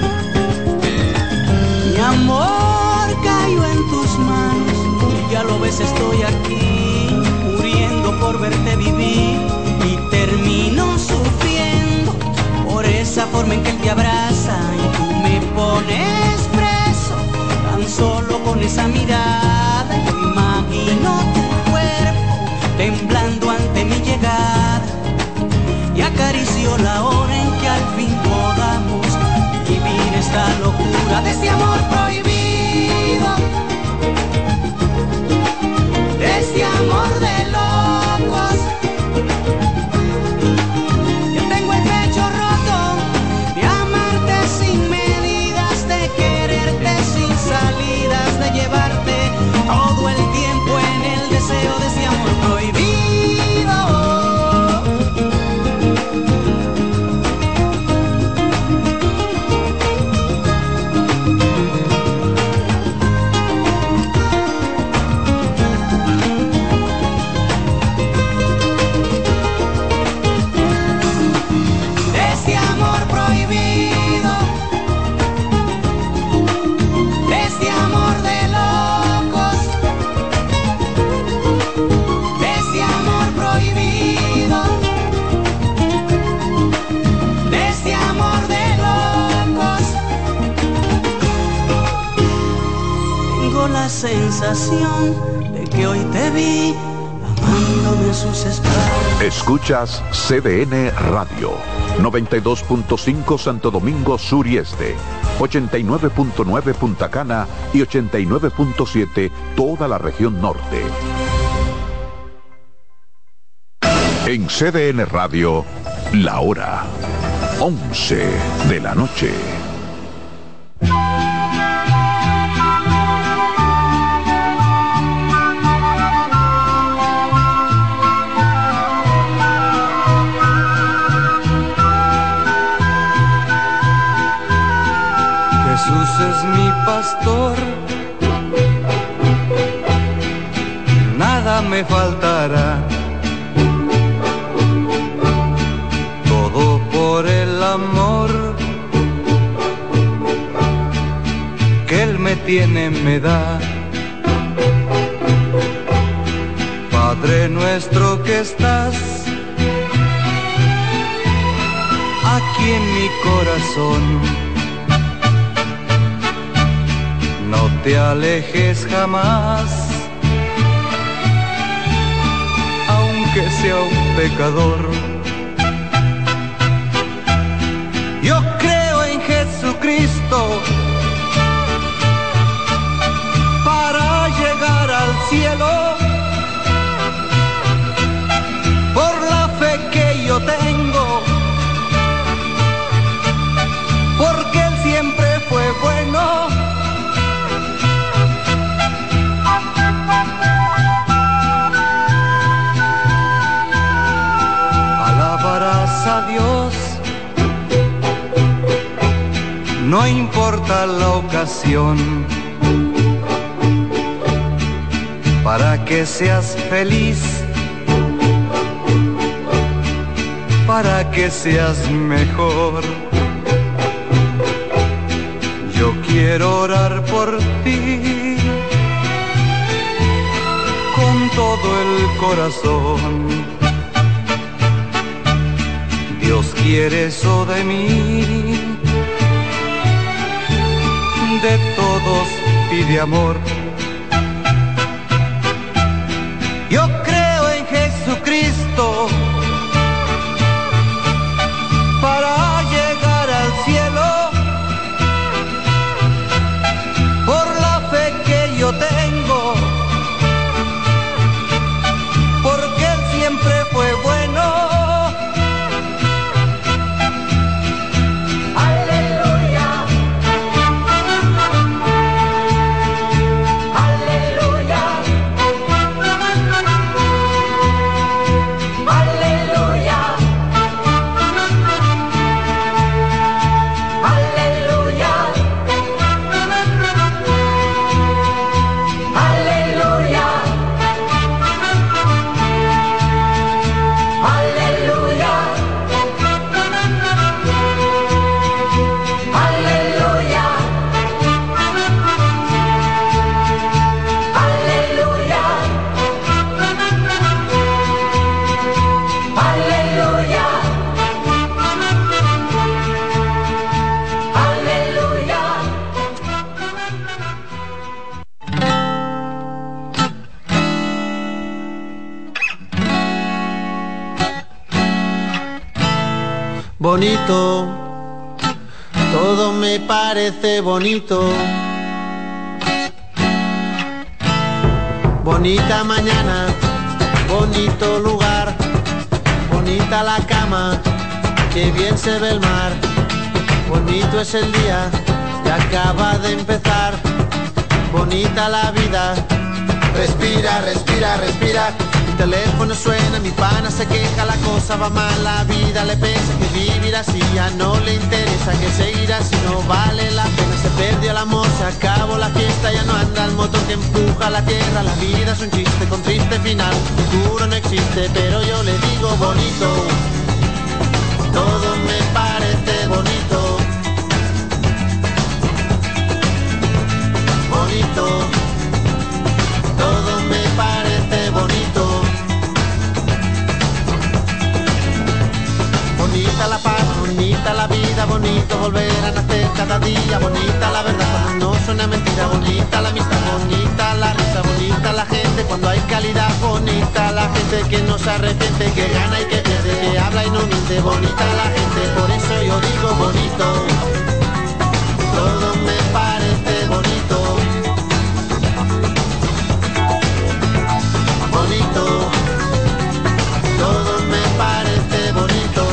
Mi amor cayó en tus manos y ya lo ves, estoy aquí muriendo por verte vivir, y termino sufriendo por esa forma en que él te abraza y tú me pones preso tan solo con esa mirada. Yo imagino tu cuerpo temblando ante mi llegada y acaricio la hora en que al fin podamos vivir esta locura de este amor prohibido, de este amor de locos. Salidas, de llevarte todo el tiempo en el deseo de ese amor prohibido. De este amor prohibido, de este amor de locos, de este amor prohibido, de este amor de locos. Tengo la sensación de que hoy te vi amándome a sus espaldas. Escuchas C D N Radio, noventa y dos punto cinco Santo Domingo Sur y Este, ochenta y nueve punto nueve Punta Cana y ochenta y nueve punto siete toda la región norte. En C D N Radio, la hora once de la noche. Es mi pastor, nada me faltará, todo por el amor que él me tiene, me da. Padre nuestro que estás aquí en mi corazón, no te alejes jamás, aunque sea un pecador. Yo creo en Jesucristo para llegar al cielo, por la fe que yo tengo, porque Él siempre fue basta la ocasión para que seas feliz, para que seas mejor. Yo quiero orar por ti con todo el corazón. Dios quiere eso de mí, de todos pide amor. Yo creo en Jesucristo para llegar al cielo, por la fe que yo tengo, porque Él siempre fue bueno. Aleluya, aleluya, aleluya, aleluya, aleluya, aleluya, aleluya, aleluya, aleluya, aleluya. Bonito, todo me parece bonito. Bonita mañana, bonito lugar, bonita la cama, que bien se ve el mar. Bonito es el día que acaba de empezar, bonita la vida. Respira, respira, respira. Mi teléfono suena, mi pana se queja, la cosa va mal, la vida le pesa, que vivir así ya no le interesa, que seguir así no vale la pena. Se perdió el amor, se acabó la fiesta, ya no anda el motor que empuja la tierra. La vida es un chiste con triste final, futuro no existe, pero yo le digo bonito. Todo me parece bonito. Bonito. Todo me parece bonito. Bonita la paz, bonita la vida, bonito volver a nacer cada día. Bonita la verdad cuando no suena mentira, bonita la amistad, bonita la risa, bonita la gente cuando hay calidad. Bonita la gente que no se arrepiente, que gana y que pierde, que habla y no miente. Bonita la gente, por eso yo digo bonito. Todo me parece bonito. Bonito, todo me parece bonito.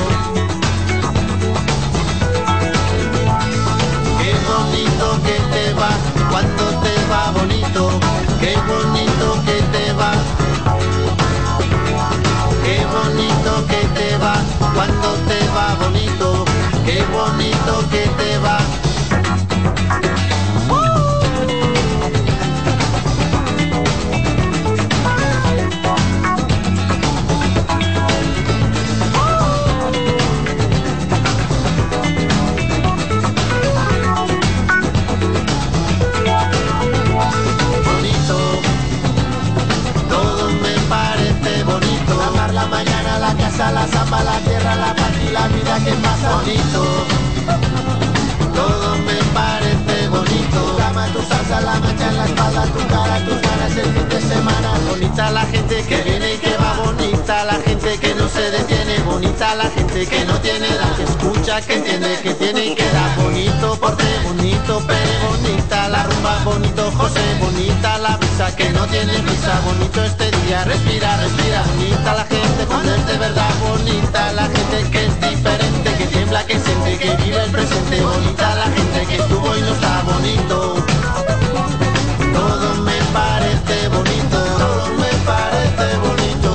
Qué bonito que te va, cuando te va bonito. Qué bonito que te va. Qué bonito que te va, cuando te va bonito. Qué bonito que te va. La samba, la tierra, la paz y la vida que pasa bonito. Todo me parece bonito. Tu cama, tu salsa, la mancha en la espalda, tu cara, tus ganas el fin de semana. Bonita la gente que viene y que va, bonita la gente que no se detiene, bonita la gente que no tiene edad, que escucha, que entiende, que tiene y que da. Bonito porte, bonito Pere, bonita la rumba, bonito José, bonita la brisa que no tiene prisa, bonito este día, respira, respira. Bonita la gente cuando es de verdad, bonita la gente que es diferente, que tiembla, que siente, que vive el presente. Bonita la gente que estuvo y no está bonito. Todo me parece bonito, todo me parece bonito.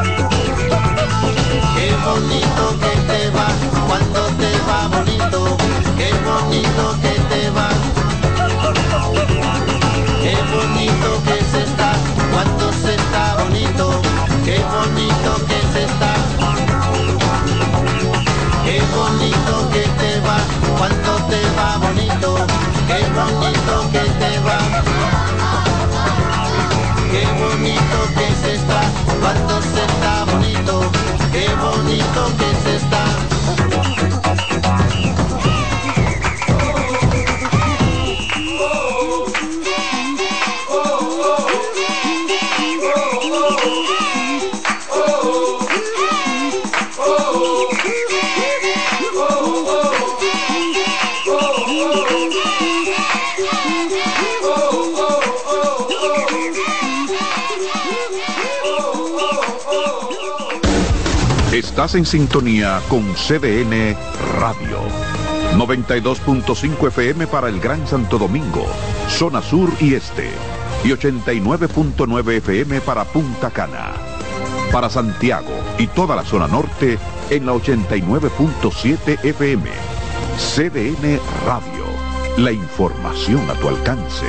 Qué bonito que te va, cuando te va bonito. Qué bonito que te va. qué bonito que te va. Qué bonito que se está, cuando se está bonito, qué bonito que se está. Estás en sintonía con C D N Radio. noventa y dos punto cinco F M para el Gran Santo Domingo, zona sur y este. Y ochenta y nueve punto nueve F M para Punta Cana. Para Santiago y toda la zona norte en la ochenta y nueve punto siete F M. C D N Radio. La información a tu alcance.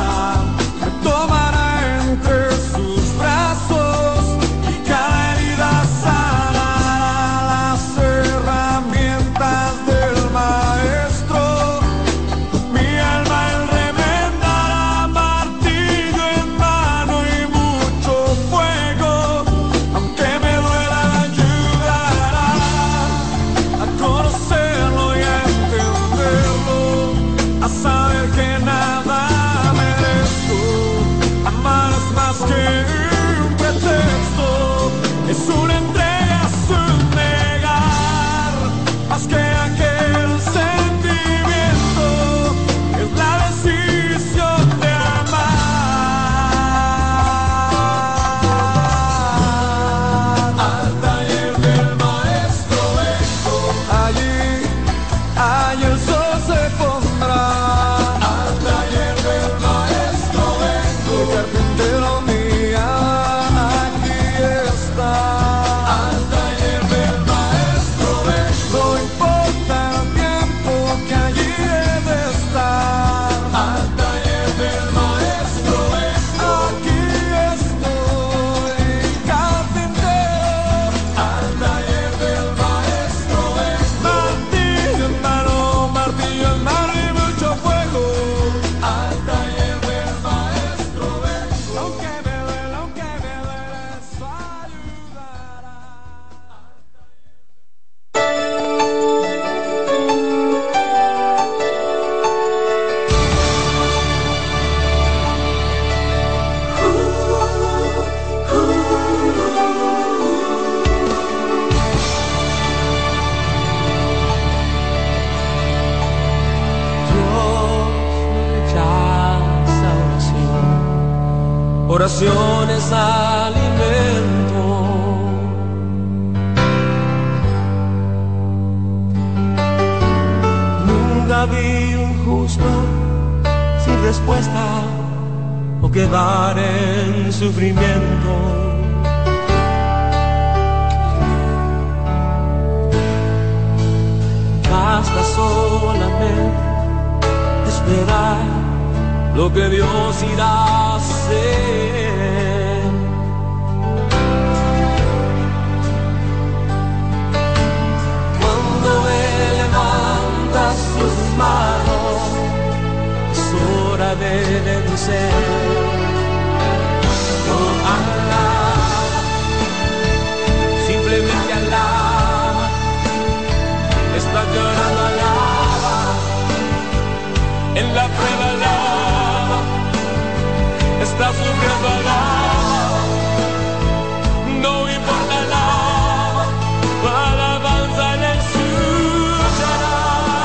Tomará entre sus brazos y cada herida oraciones alimento. Nunca vi un justo sin respuesta o quedar en sufrimiento. Basta solamente esperar lo que Dios irá a hacer. Cuando Él levanta sus manos, es hora de vencer. No alaba, simplemente alaba. Está llorando, alaba. En la prueba alaba. Está sufriendo, alaba. No importa, alaba. Alabanza le escuchará.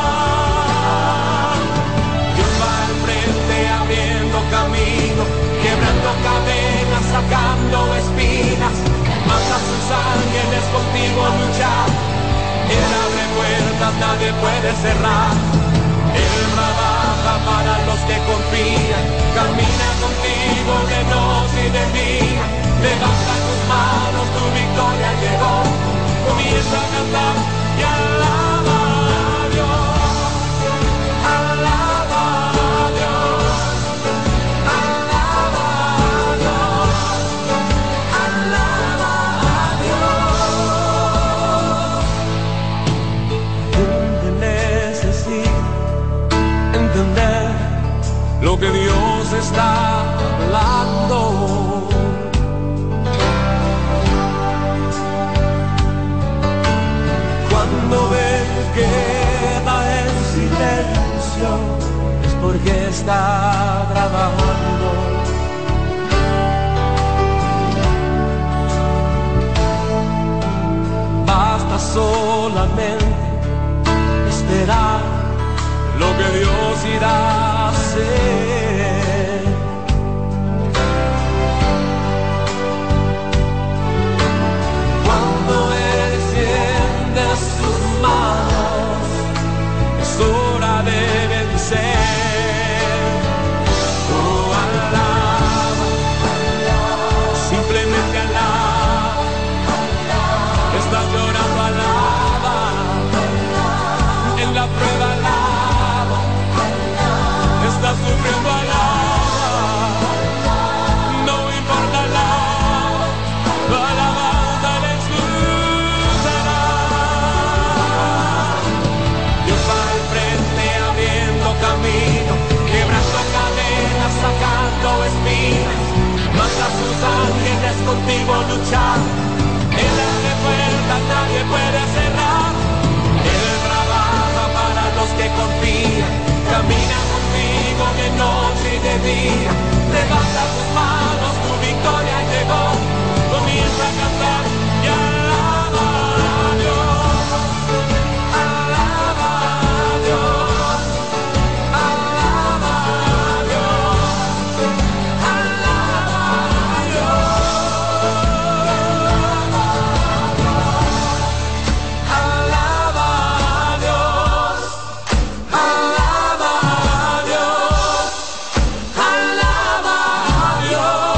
Dios va al frente abriendo camino, quebrando cadenas, sacando espinas. Manda a sus ángeles contigo a luchar. Él abre puertas, nadie puede cerrar. Él trabaja para los que confían. Camina contigo de noche y de día. Levanta tus manos, tu victoria llegó. Comienza a cantar y alaba a Dios. Alaba a Dios. Alaba a Dios. Alaba a Dios. Gente necesita entender lo que Dios está hablando. Cuando ven que queda en silencio, es porque está trabajando. Basta solamente esperar lo que Dios irá a hacer. Cuando Él extiende sus manos, es hora de vencer. Oh, alaba, simplemente alaba. Estás llorando, alaba. En la prueba alaba. Estás sufriendo, alaba. No importa, alaba. La alabanza le escuchará. Dios va al frente abriendo camino, quebrando cadenas, sacando espinas. Manda a sus ángeles contigo a luchar. Él abre puertas, nadie puede cerrar. Él trabaja para los que confían. Camina contigo de noche y de día. Levanta tus manos, tu victoria llegó. Comienza a cantar y alaba a Dios. Alaba a Dios. Alaba a Dios. Alaba a Dios. Alaba a Dios. Alaba a Dios. Alaba a Dios.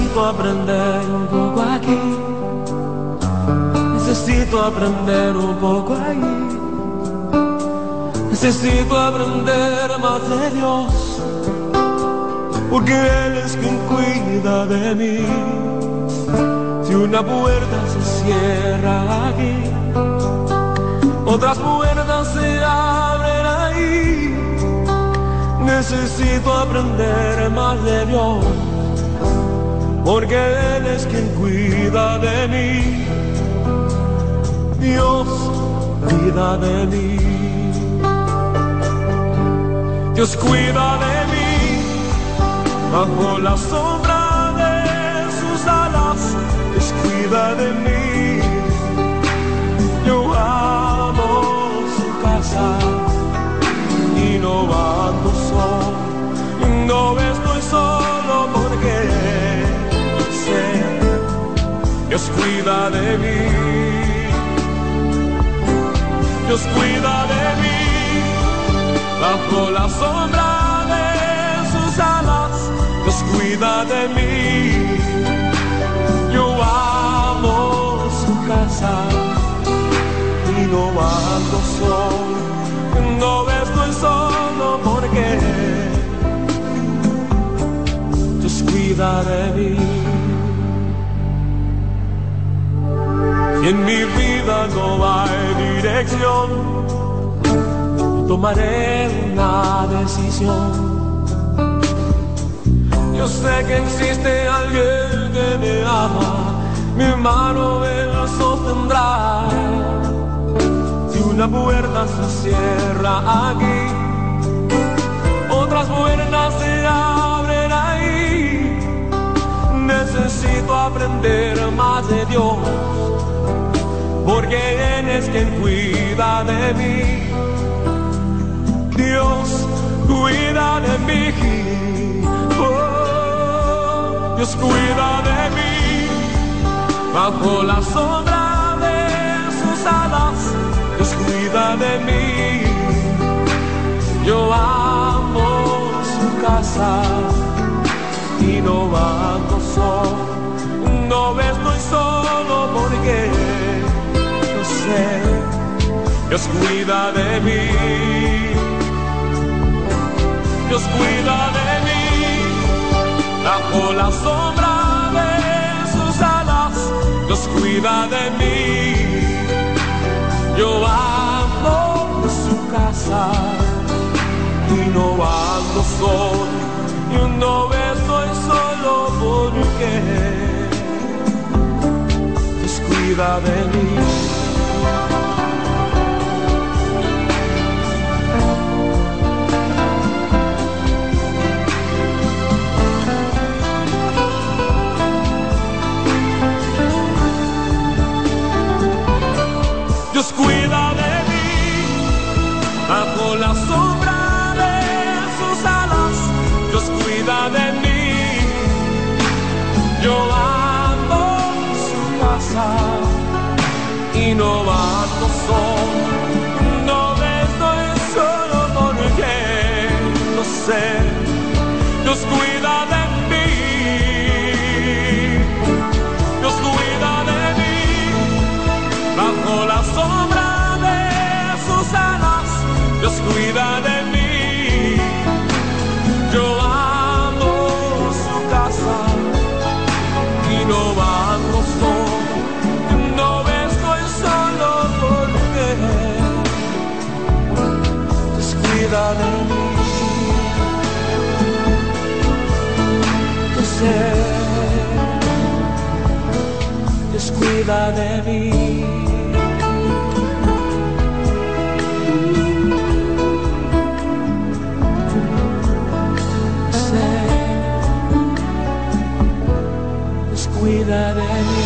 necesito aprender un poco aquí. Necesito aprender un poco ahí. Necesito aprender más de Dios, porque Él es quien cuida de mí. Si una puerta se cierra aquí, otras puertas se abren ahí. Necesito aprender más de Dios, porque Él es quien cuida de mí. Dios cuida de mí. Dios cuida de mí bajo la sombra de sus alas. Dios cuida de mí. Yo amo su casa y no ando solo. No estoy solo porque sé Dios cuida de mí. Dios cuida de mí bajo la sombra de sus alas. Dios cuida de mí. Yo amo su casa y no ando solo. No estoy solo porque Dios cuida de mí. Y en mi vida no hay dirección, tomaré una decisión. Yo sé que existe alguien que me ama, mi mano Él sostendrá. Si una puerta se cierra aquí, otras puertas se abren ahí. Necesito aprender más de Dios, porque Él es quien cuida de mí. Dios cuida de mí. Oh, Dios cuida de mí bajo la sombra de sus alas. Dios cuida de mí. Yo amo su casa y no ando solo. No estoy solo porque yo sé Dios cuida de mí. Dios cuida de mí bajo la sombra de sus alas. Dios cuida de mí. Yo amo su casa y no ando solo. Yo no estoy solo porque Dios cuida de mí. Dios cuida de mí bajo la sombra de sus alas. Dios cuida de mí. Yo amo su casa y no ando solo. No estoy solo porque lo sé. Dios cuida de mí. Dios cuida de mí bajo la sombra de sus alas. Dios cuida de mí. Yo amo su casa y no ando solo. No estoy solo porque Dios cuida de mí. Yo sé, Dios cuida de mí. Cuida de mí.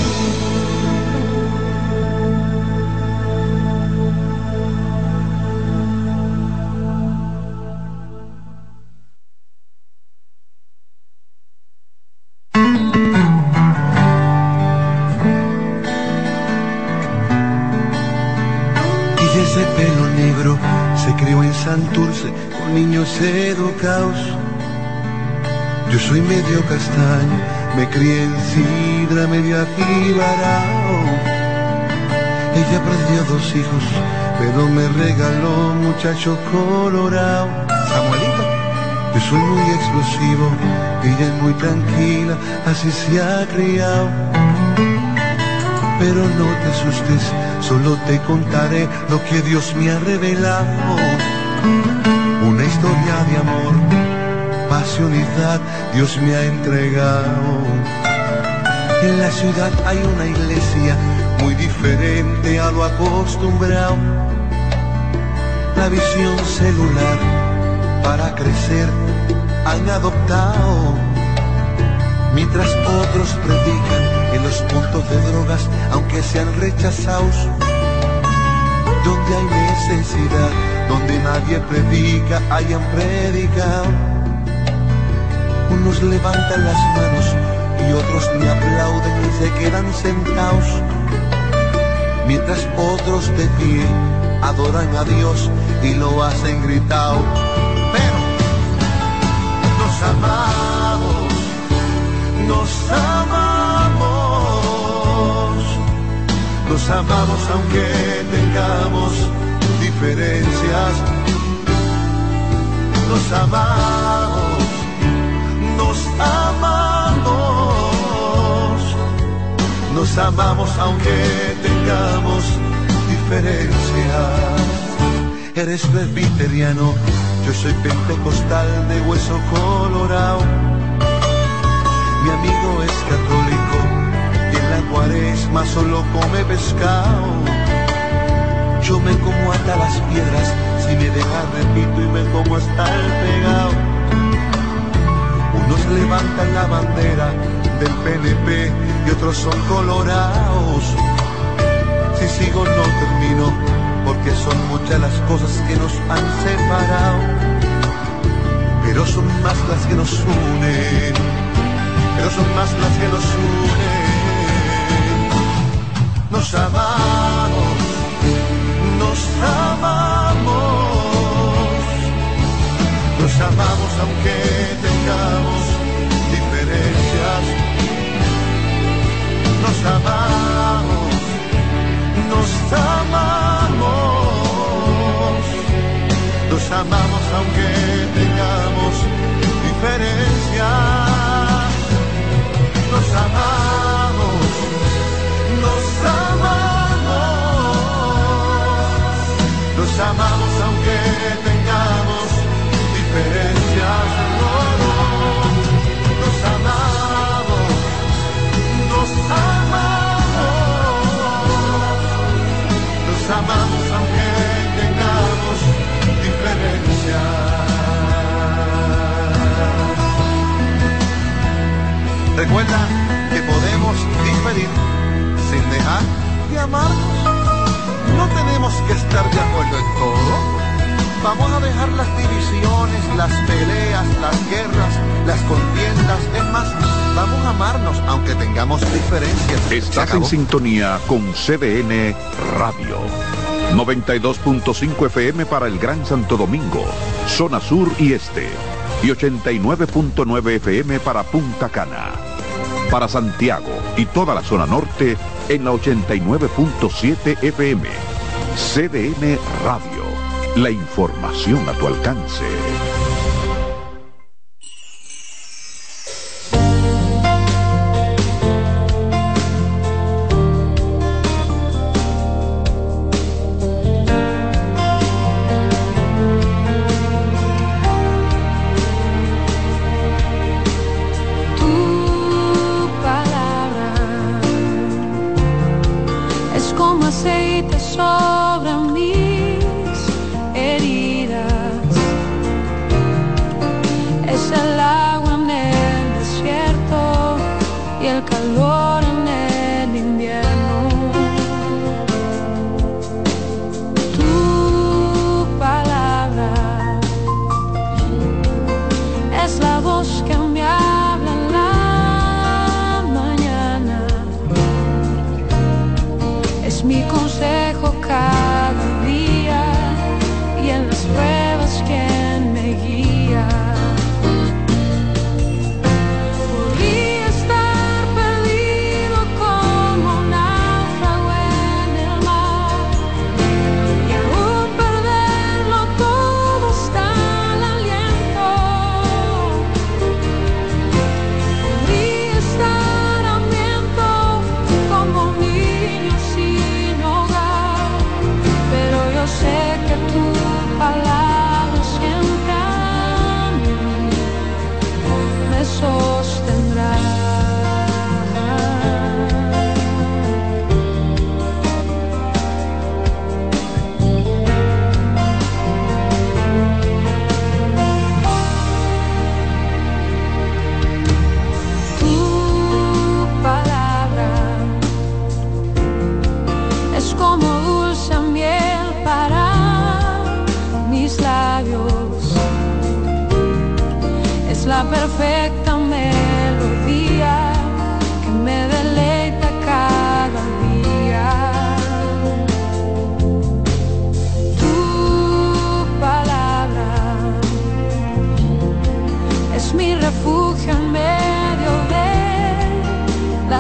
Y ese pelo negro se crió en Santurce con niños educados. Yo soy medio castaño Me crié en Sidra, media Jibarao. Ella perdió dos hijos, pero me regaló un muchacho colorado. Samuelito. Yo soy muy explosivo, ella es muy tranquila, así se ha criado. Pero no te asustes, solo te contaré lo que Dios me ha revelado. Una historia de amor, pasionidad, Dios me ha entregado. En la ciudad hay una iglesia muy diferente a lo acostumbrado. La visión celular para crecer han adoptado, mientras otros predican en los puntos de drogas, aunque sean rechazados. Donde hay necesidad, donde nadie predica, hayan predicado. Unos levantan las manos y otros ni aplauden y se quedan sentados, mientras otros de pie adoran a Dios y lo hacen gritado. Pero nos amamos, nos amamos, nos amamos aunque tengamos diferencias. Nos amamos, nos amamos, nos amamos aunque tengamos diferencias. Eres presbiteriano, yo soy pentecostal de hueso colorado. Mi amigo es católico y en la cuaresma solo come pescado. Yo me como hasta las piedras, si me dejas repito y me como hasta el pegado. Unos levantan la bandera del P N P y otros son colorados. Si sigo no termino, porque son muchas las cosas que nos han separado, pero son más las que nos unen, pero son más las que nos unen. Nos amamos, nos amamos, nos amamos aunque tengamos diferencias. Nos amamos, nos amamos, nos amamos aunque tengamos diferencias. Nos amamos, nos amamos, nos amamos aunque tengamos diferencias. No, no. Nos amamos, nos amamos, nos amamos aunque tengamos diferencias. Recuerda que podemos diferir sin dejar de amarnos. No tenemos que estar de acuerdo en todo. Vamos a dejar las divisiones, las peleas, las guerras, las contiendas. Es más, vamos a amarnos aunque tengamos diferencias. Estás en sintonía con C D N Radio. noventa y dos punto cinco F M para el Gran Santo Domingo, zona sur y este. Y ochenta y nueve punto nueve F M para Punta Cana. Para Santiago y toda la zona norte en la ochenta y nueve punto siete F M. C D N Radio. La información a tu alcance. Podría estar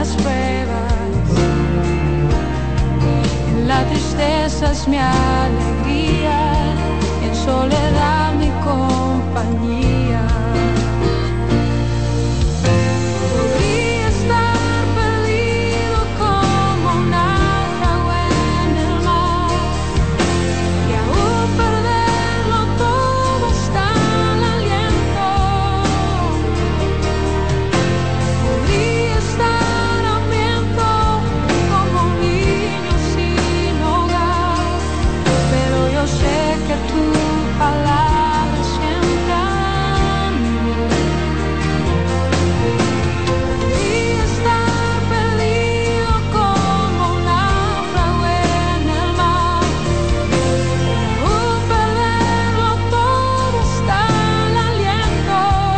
las pruebas, en la tristeza es mi alegría, en soledad mi compañía. Podría estar perdido como un náufrago en el mar, y aún perderlo todo hasta el aliento. Podría estar hambriento como un niño sin hogar, pero yo sé que tu palabra siempre a mí. Podría estar perdido como un náufrago en el mar, aún perderlo todo hasta el aliento.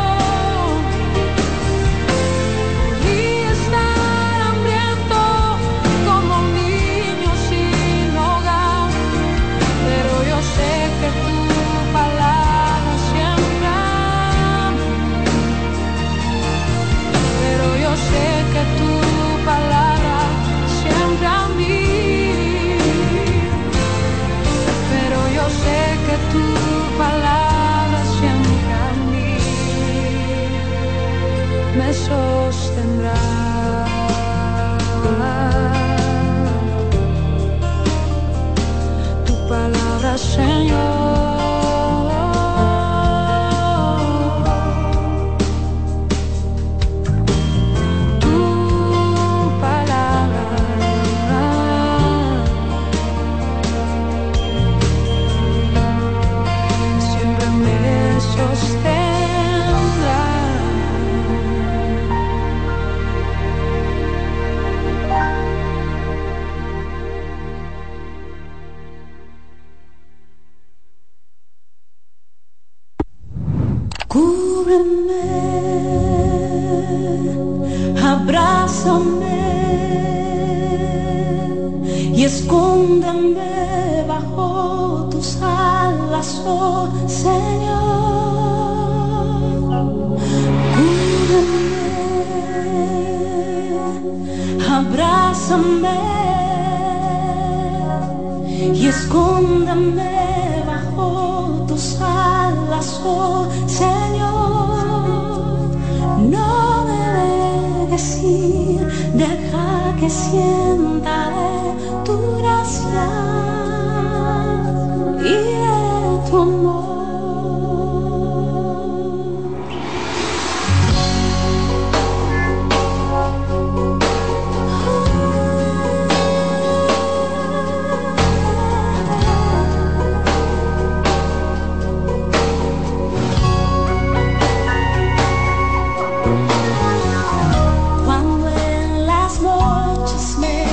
Podría estar hambriento como un niño sin hogar, pero yo sé que tu palabra siempre a mí. Pero yo sé que tu palabra siempre a mí. Pero yo sé que tu palabra siempre a mí me sostendrá. Tu palabra, Señor. Tu palabra siempre me sostendrá. Cúbreme, abrázame y escóndeme bajo tus alas, oh Señor. Cúbreme, abrázame y escóndeme bajo tus alas, oh Señor. No me dejes ir, deja que sienta de tu gracia y de tu amor. Cuando en las noches me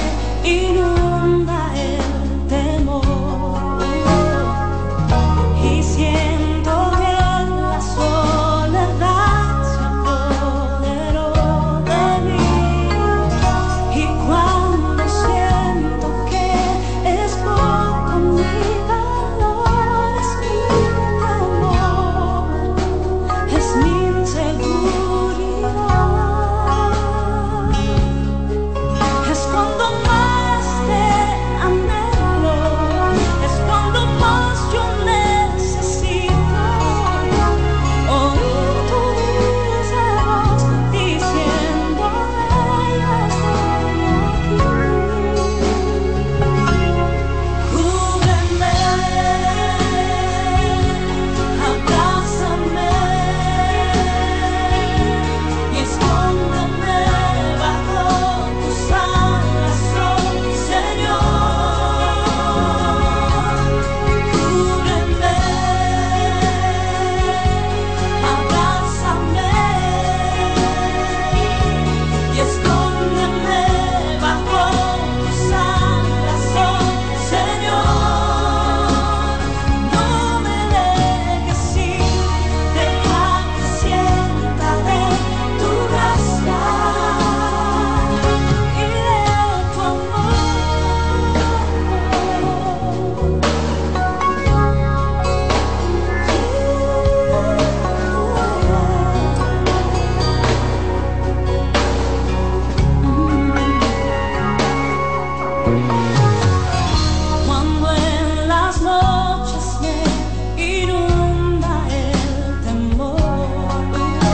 Cuando en las noches me inunda el temor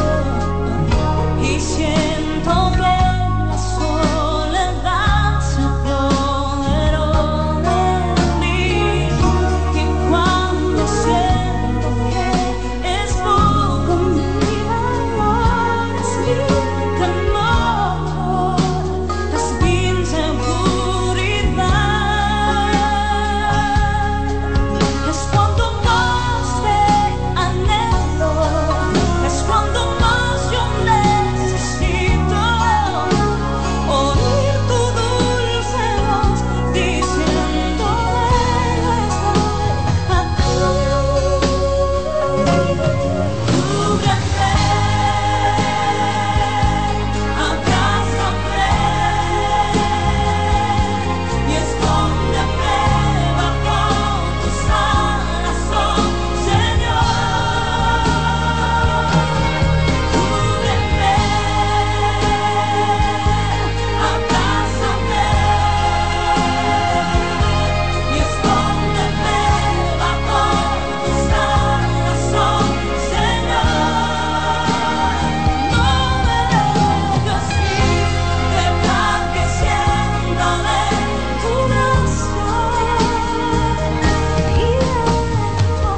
y siento que la soledad se apoderó de mí, y cuando siento que es poco mi amor, es mi temor, es mi inseguridad. Es cuando más te anhelo, es cuando más yo necesito oír tu dulce voz diciendo cúbreme, abrázame y escóndeme bajo tus alas, oh Señor. Cúbreme, abrázame y escóndeme bajo tus alas, oh Señor. No me dejes ir, deja que sienta de tu brazo y de tu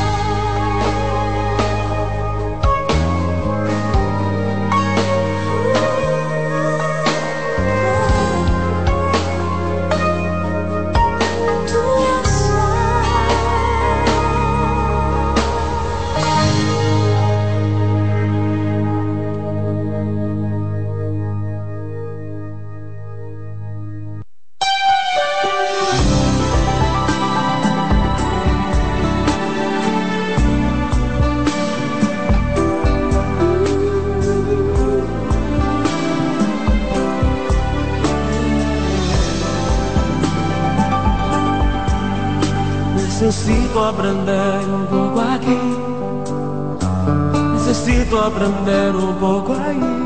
Necesito aprender un poco aquí, necesito aprender un poco ahí,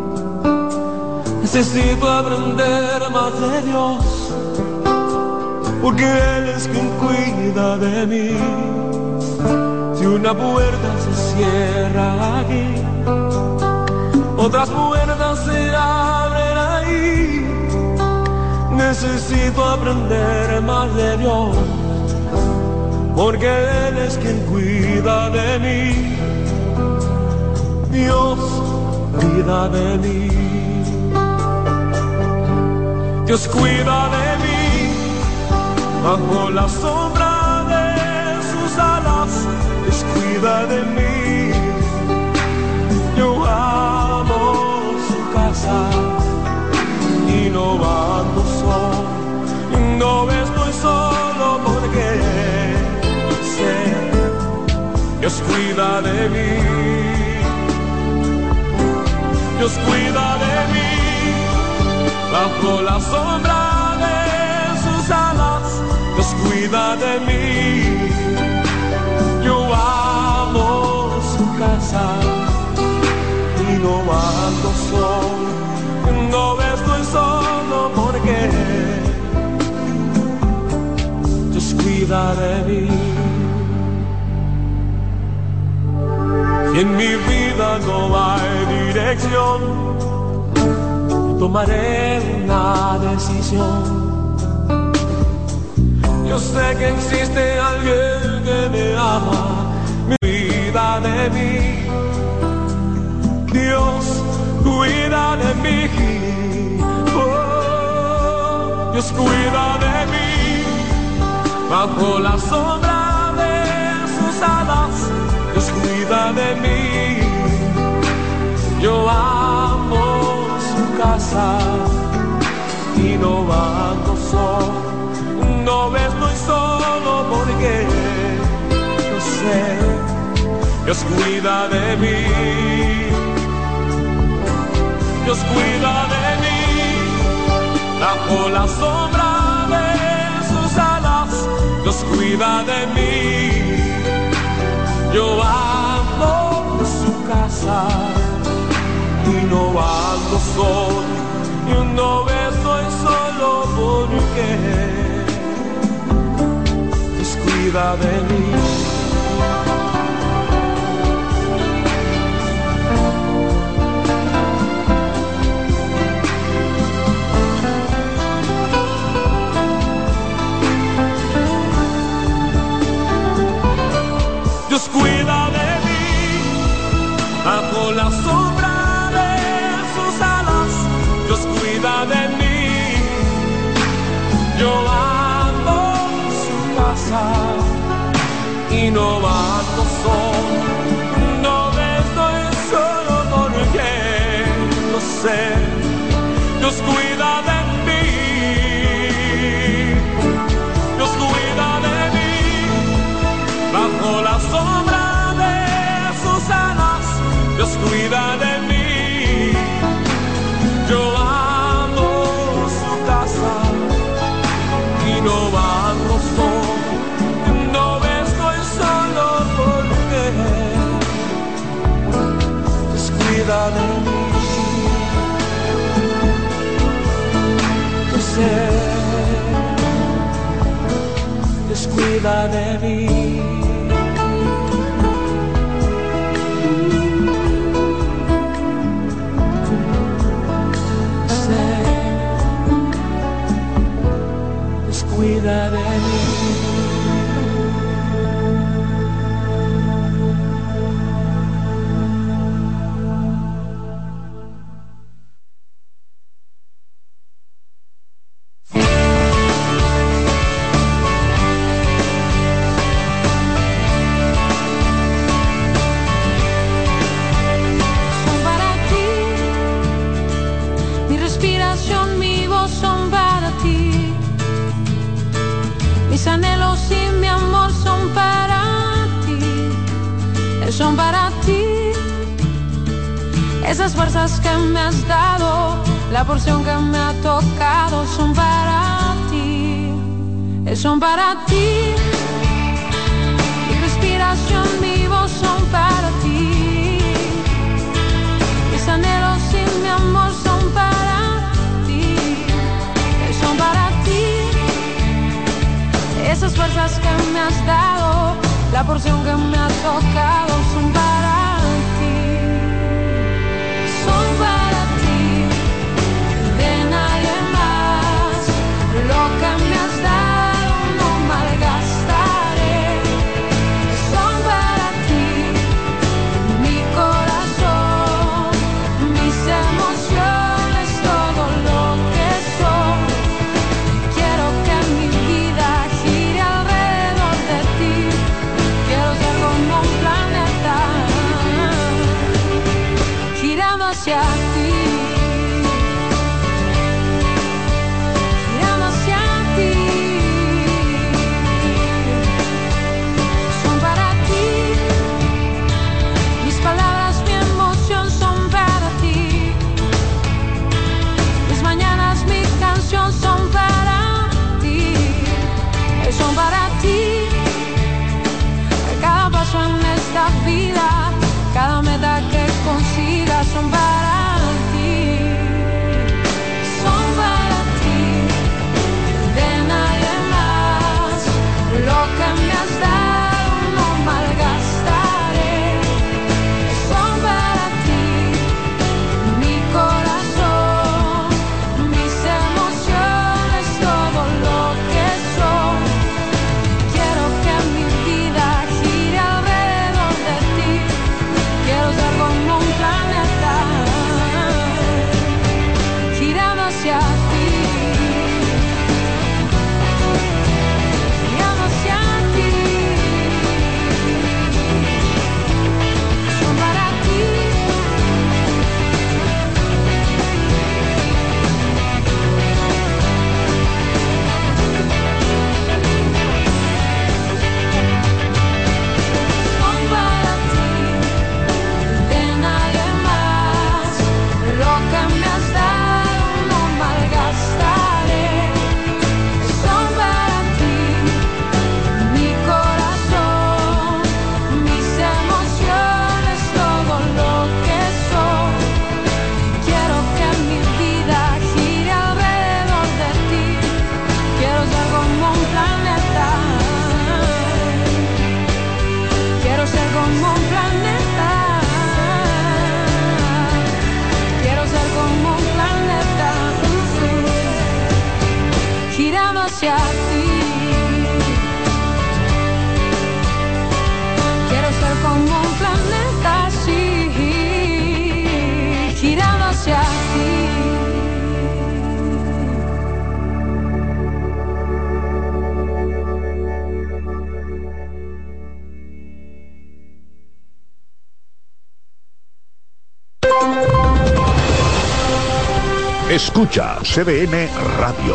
necesito aprender más de Dios, porque Él es quien cuida de mí. Si una puerta se cierra aquí, otras puertas se abren ahí. Necesito aprender más de Dios, porque Él es quien cuida de mí. Dios cuida de mí. Dios cuida de mí. Bajo la sombra de sus alas, Dios cuida de mí. Yo amo su casa y no ando solo, no estoy solo porque Dios cuida de mí, Dios cuida de mí, bajo la sombra de sus alas, Dios cuida de mí. Yo amo su casa y no ando solo, no estoy solo porque Dios cuida de mí. Si en mi vida no hay dirección, tomaré una decisión. Yo sé que existe alguien que me ama, mi vida de mí. Dios cuida de mí, oh, Dios cuida de mí, bajo la sombra de sus alas, Dios cuida de mí. Yo amo su casa y no ando solo, no estoy solo porque yo sé, Dios cuida de mí. Dios cuida de mí, bajo la sombra de sus alas, Dios cuida de mí. Yo amo su casa y no ando solo, yo no estoy solo porque cuida de mí. Dios cuida de mí, bajo la sombra de sus alas. Dios cuida de mí, yo amo su casa y no ando solo, no estoy solo porque lo sé. Dios cuida de mí, Dios cuida de mí, bajo la sombra de sus alas. Dios cuida de mí, yo amo su casa y no ando solo, no estoy solo porque Dios cuida de mí. Yo sé, Dios cuida de mí. Cuida de mí. Son para ti, mi respiración, mi voz son para ti. Mis anhelos y mi amor son para ti, son para ti. Esas fuerzas que me has dado, la porción que me ha tocado, son para ti, son para ti. Mi respiración, mi voz son para ti. Mis anhelos y mi amor son para ti, son para ti. Esas fuerzas que me has dado, la porción que me ha tocado, son para ti, son para ti, de nadie más. Lo que me has dado no malgastaré, son para ti, mi corazón, mis emociones, todo lo que soy. Quiero que mi vida gire alrededor de ti. Quiero ser como un planeta girando hacia ti, girando hacia ti. Son para ti, mis palabras, mi emoción son para ti. Mis mañanas, mi canción son para ti, son para ti. Cada paso en esta vida, cada meta que consiga, son para ti, son para ti, de nadie más. Lo que me has dado no malgastaré, son para ti, mi corazón, mis emociones, todo lo que soy. Quiero que mi vida gire alrededor de ti. Quiero ser como un planeta girando hacia ti, girando hacia ti. Son para ti, son para ti, de nadie más. Lo que me has dado no malgastaré. hacia ti. Quiero ser como un planeta así, girando hacia ti. Escucha C D N Radio.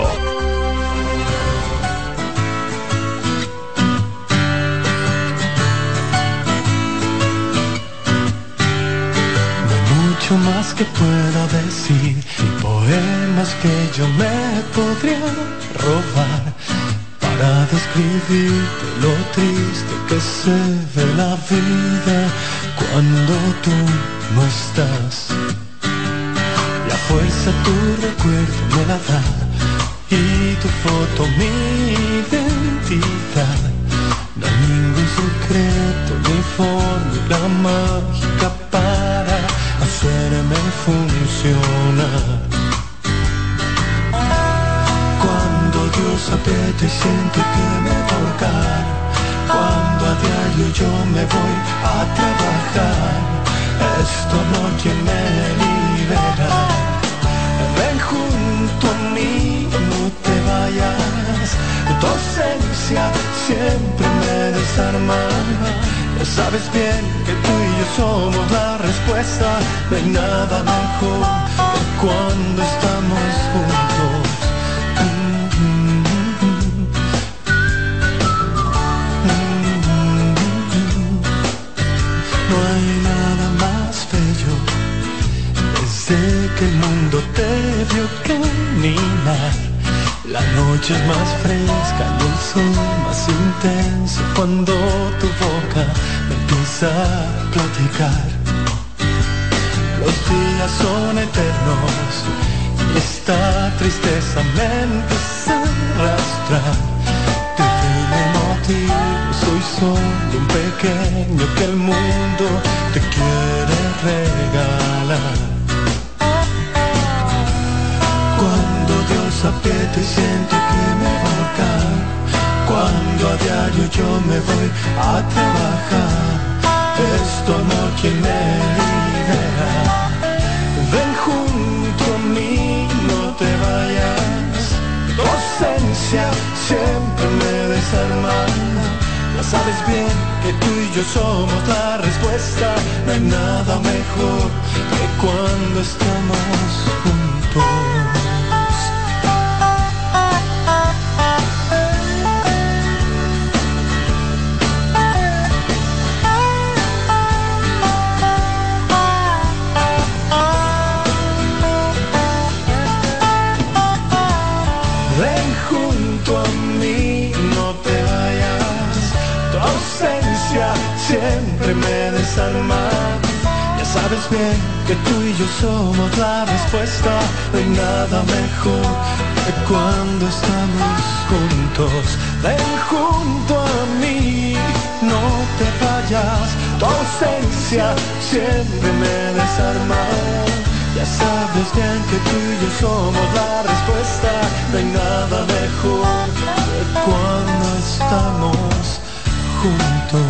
Mucho más que pueda decir y poemas que yo me podría robar para describirte lo triste que se ve la vida cuando tú no estás. La fuerza tu recuerdo me la da y tu foto mi identidad. No hay ningún secreto ni fórmula mágica para hacerme funcionar. Cuando Dios aprieta y siento que me va a ahorcar, cuando a diario yo me voy a trabajar, es tu amor quien me libera. Ven junto a mí, no te vayas, tu ausencia siempre me desarma. Ya sabes bien que tú y yo somos la respuesta, no hay nada mejor que cuando estamos juntos. No hay nada más bello desde que el mundo te vio caminar. La noche es más fresca y el sol más intenso cuando tu boca me empieza a platicar. Los días son eternos y esta tristeza me empieza a arrastrar. Desde el motivo soy solo un pequeño que el mundo te quiere regalar. Cuando Dios aprieta y siento que me va a ahorcar, cuando a diario yo me voy a trabajar, es tu amor quien me libera. Ven junto a mí, no te vayas, tu ausencia siempre me desarma. Ya sabes bien que tú y yo somos la respuesta, no hay nada mejor que cuando estamos juntos. Siempre me desarma. Ya sabes bien que tú y yo somos la respuesta, no hay nada mejor que cuando estamos juntos. Ven junto a mí, no te vayas, tu ausencia siempre me desarma. Ya sabes bien que tú y yo somos la respuesta, no hay nada mejor que cuando estamos juntos.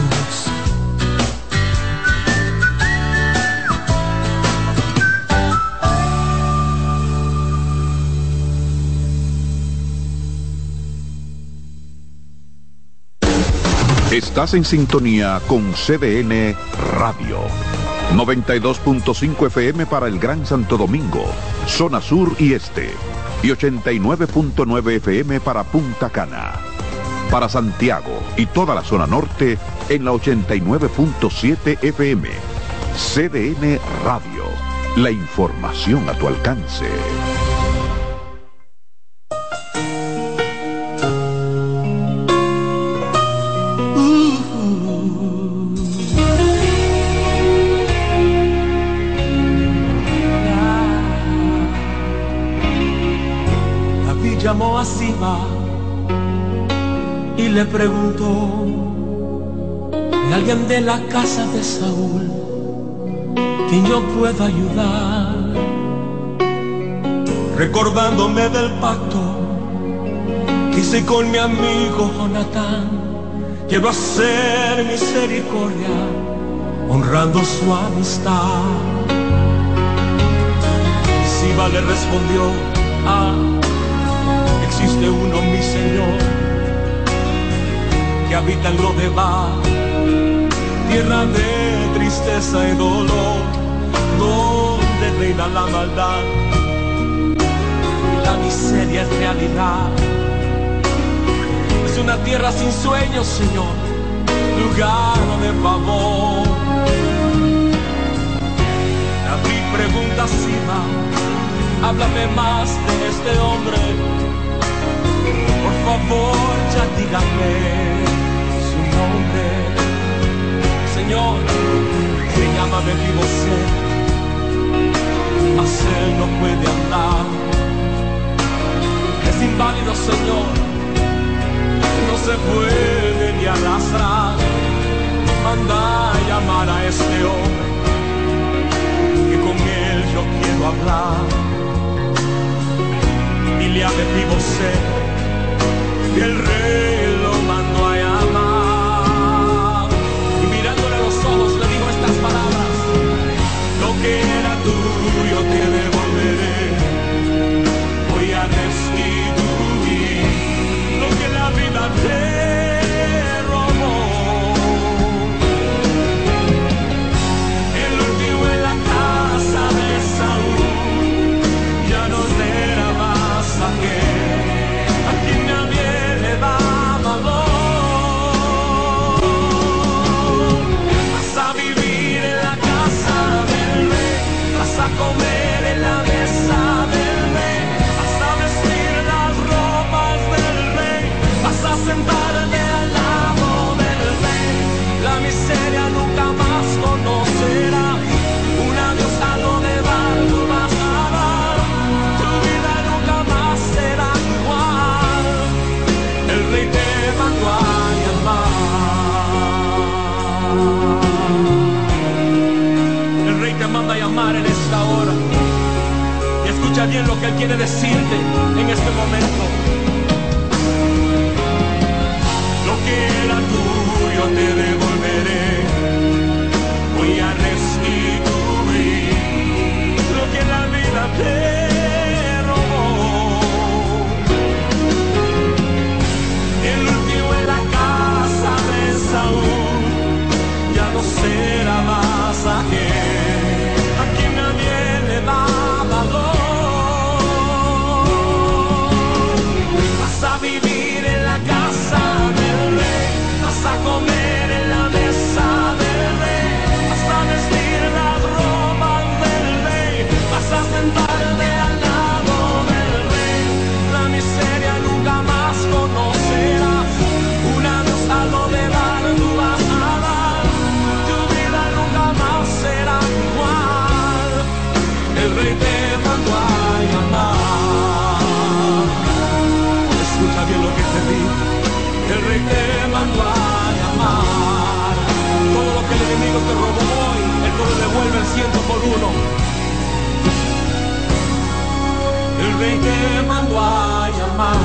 Estás en sintonía con C D N Radio. noventa y dos punto cinco F M para el Gran Santo Domingo, zona sur y este. Y ochenta y nueve punto nueve F M para Punta Cana. Para Santiago y toda la zona norte en la ochenta y nueve punto siete F M. C D N Radio. La información a tu alcance. Llamó a Siba y le preguntó: ¿hay alguien de la casa de Saúl quien yo pueda ayudar? Recordándome del pacto Quise con mi amigo Jonatán, quiero hacer misericordia, honrando su amistad. Y Siba le respondió, ah, existe uno, mi Señor, que habita en Lodebar, tierra de tristeza y dolor, donde reina la maldad y la miseria es realidad. Es una tierra sin sueños, Señor, lugar de favor. David pregunta a Siba, háblame más de este hombre, por favor ya dígame su nombre. Señor, se llama Mefibosé, mas él no puede andar, es inválido, Señor, no se puede ni arrastrar. Manda a llamar a este hombre, que con él yo quiero hablar. Dile a Mefibosé que el rey lo mandó a llamar. Y mirándole a los ojos le dijo estas palabras: lo que era tuyo te devolveré, voy a restituir lo que la vida te robó. El último en la casa de Saúl ya no será más aquel a quien nadie le da valor. Vas a vivir en la casa del rey, vas a comer en la mesa del rey, vas a vestir las ropas del rey, vas a sentarte al lado del rey. La miseria nunca más conocerás, un adiós a lo de dar tú vas a dar, tu vida nunca más será igual. El rey te mandó a llamar. El rey te manda a llamar en esta hora. Y escucha bien lo que él quiere decirte en este momento. Lo que era tuyo te devolveré, voy a restituir lo que la vida te robó. El último en la casa de Saúl ya no será más aquel a quien nadie le da valor. Vas a vivir en la casa del rey, vas a comer en la mesa del rey, vas a vestir las ropas del rey, vas a sentarte al lado del rey. La miseria nunca más conocerás, un adiós a lo de dar tú vas a dar, tu vida nunca más será igual. El rey te mandó a llamar. Escucha bien lo que te digo. El rey te mandó a llamar. Todo lo que el enemigo te robó hoy, él no lo devuelve el ciento por uno. El rey te mandó a llamar.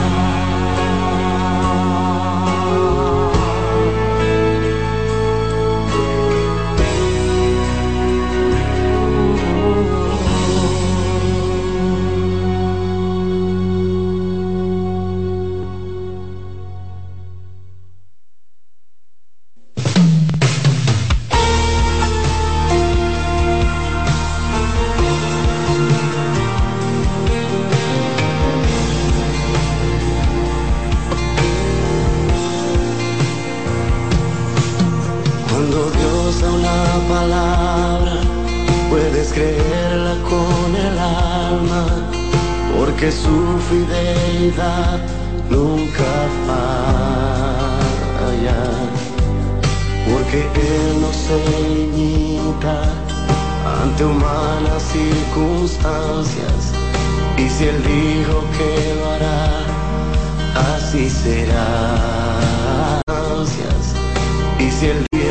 Cuando Dios da una palabra, puedes creerla con el alma, porque su fidelidad nunca falla, porque Él no se limita ante humanas circunstancias, y si Él dijo que lo hará, así será. Y si Él dijo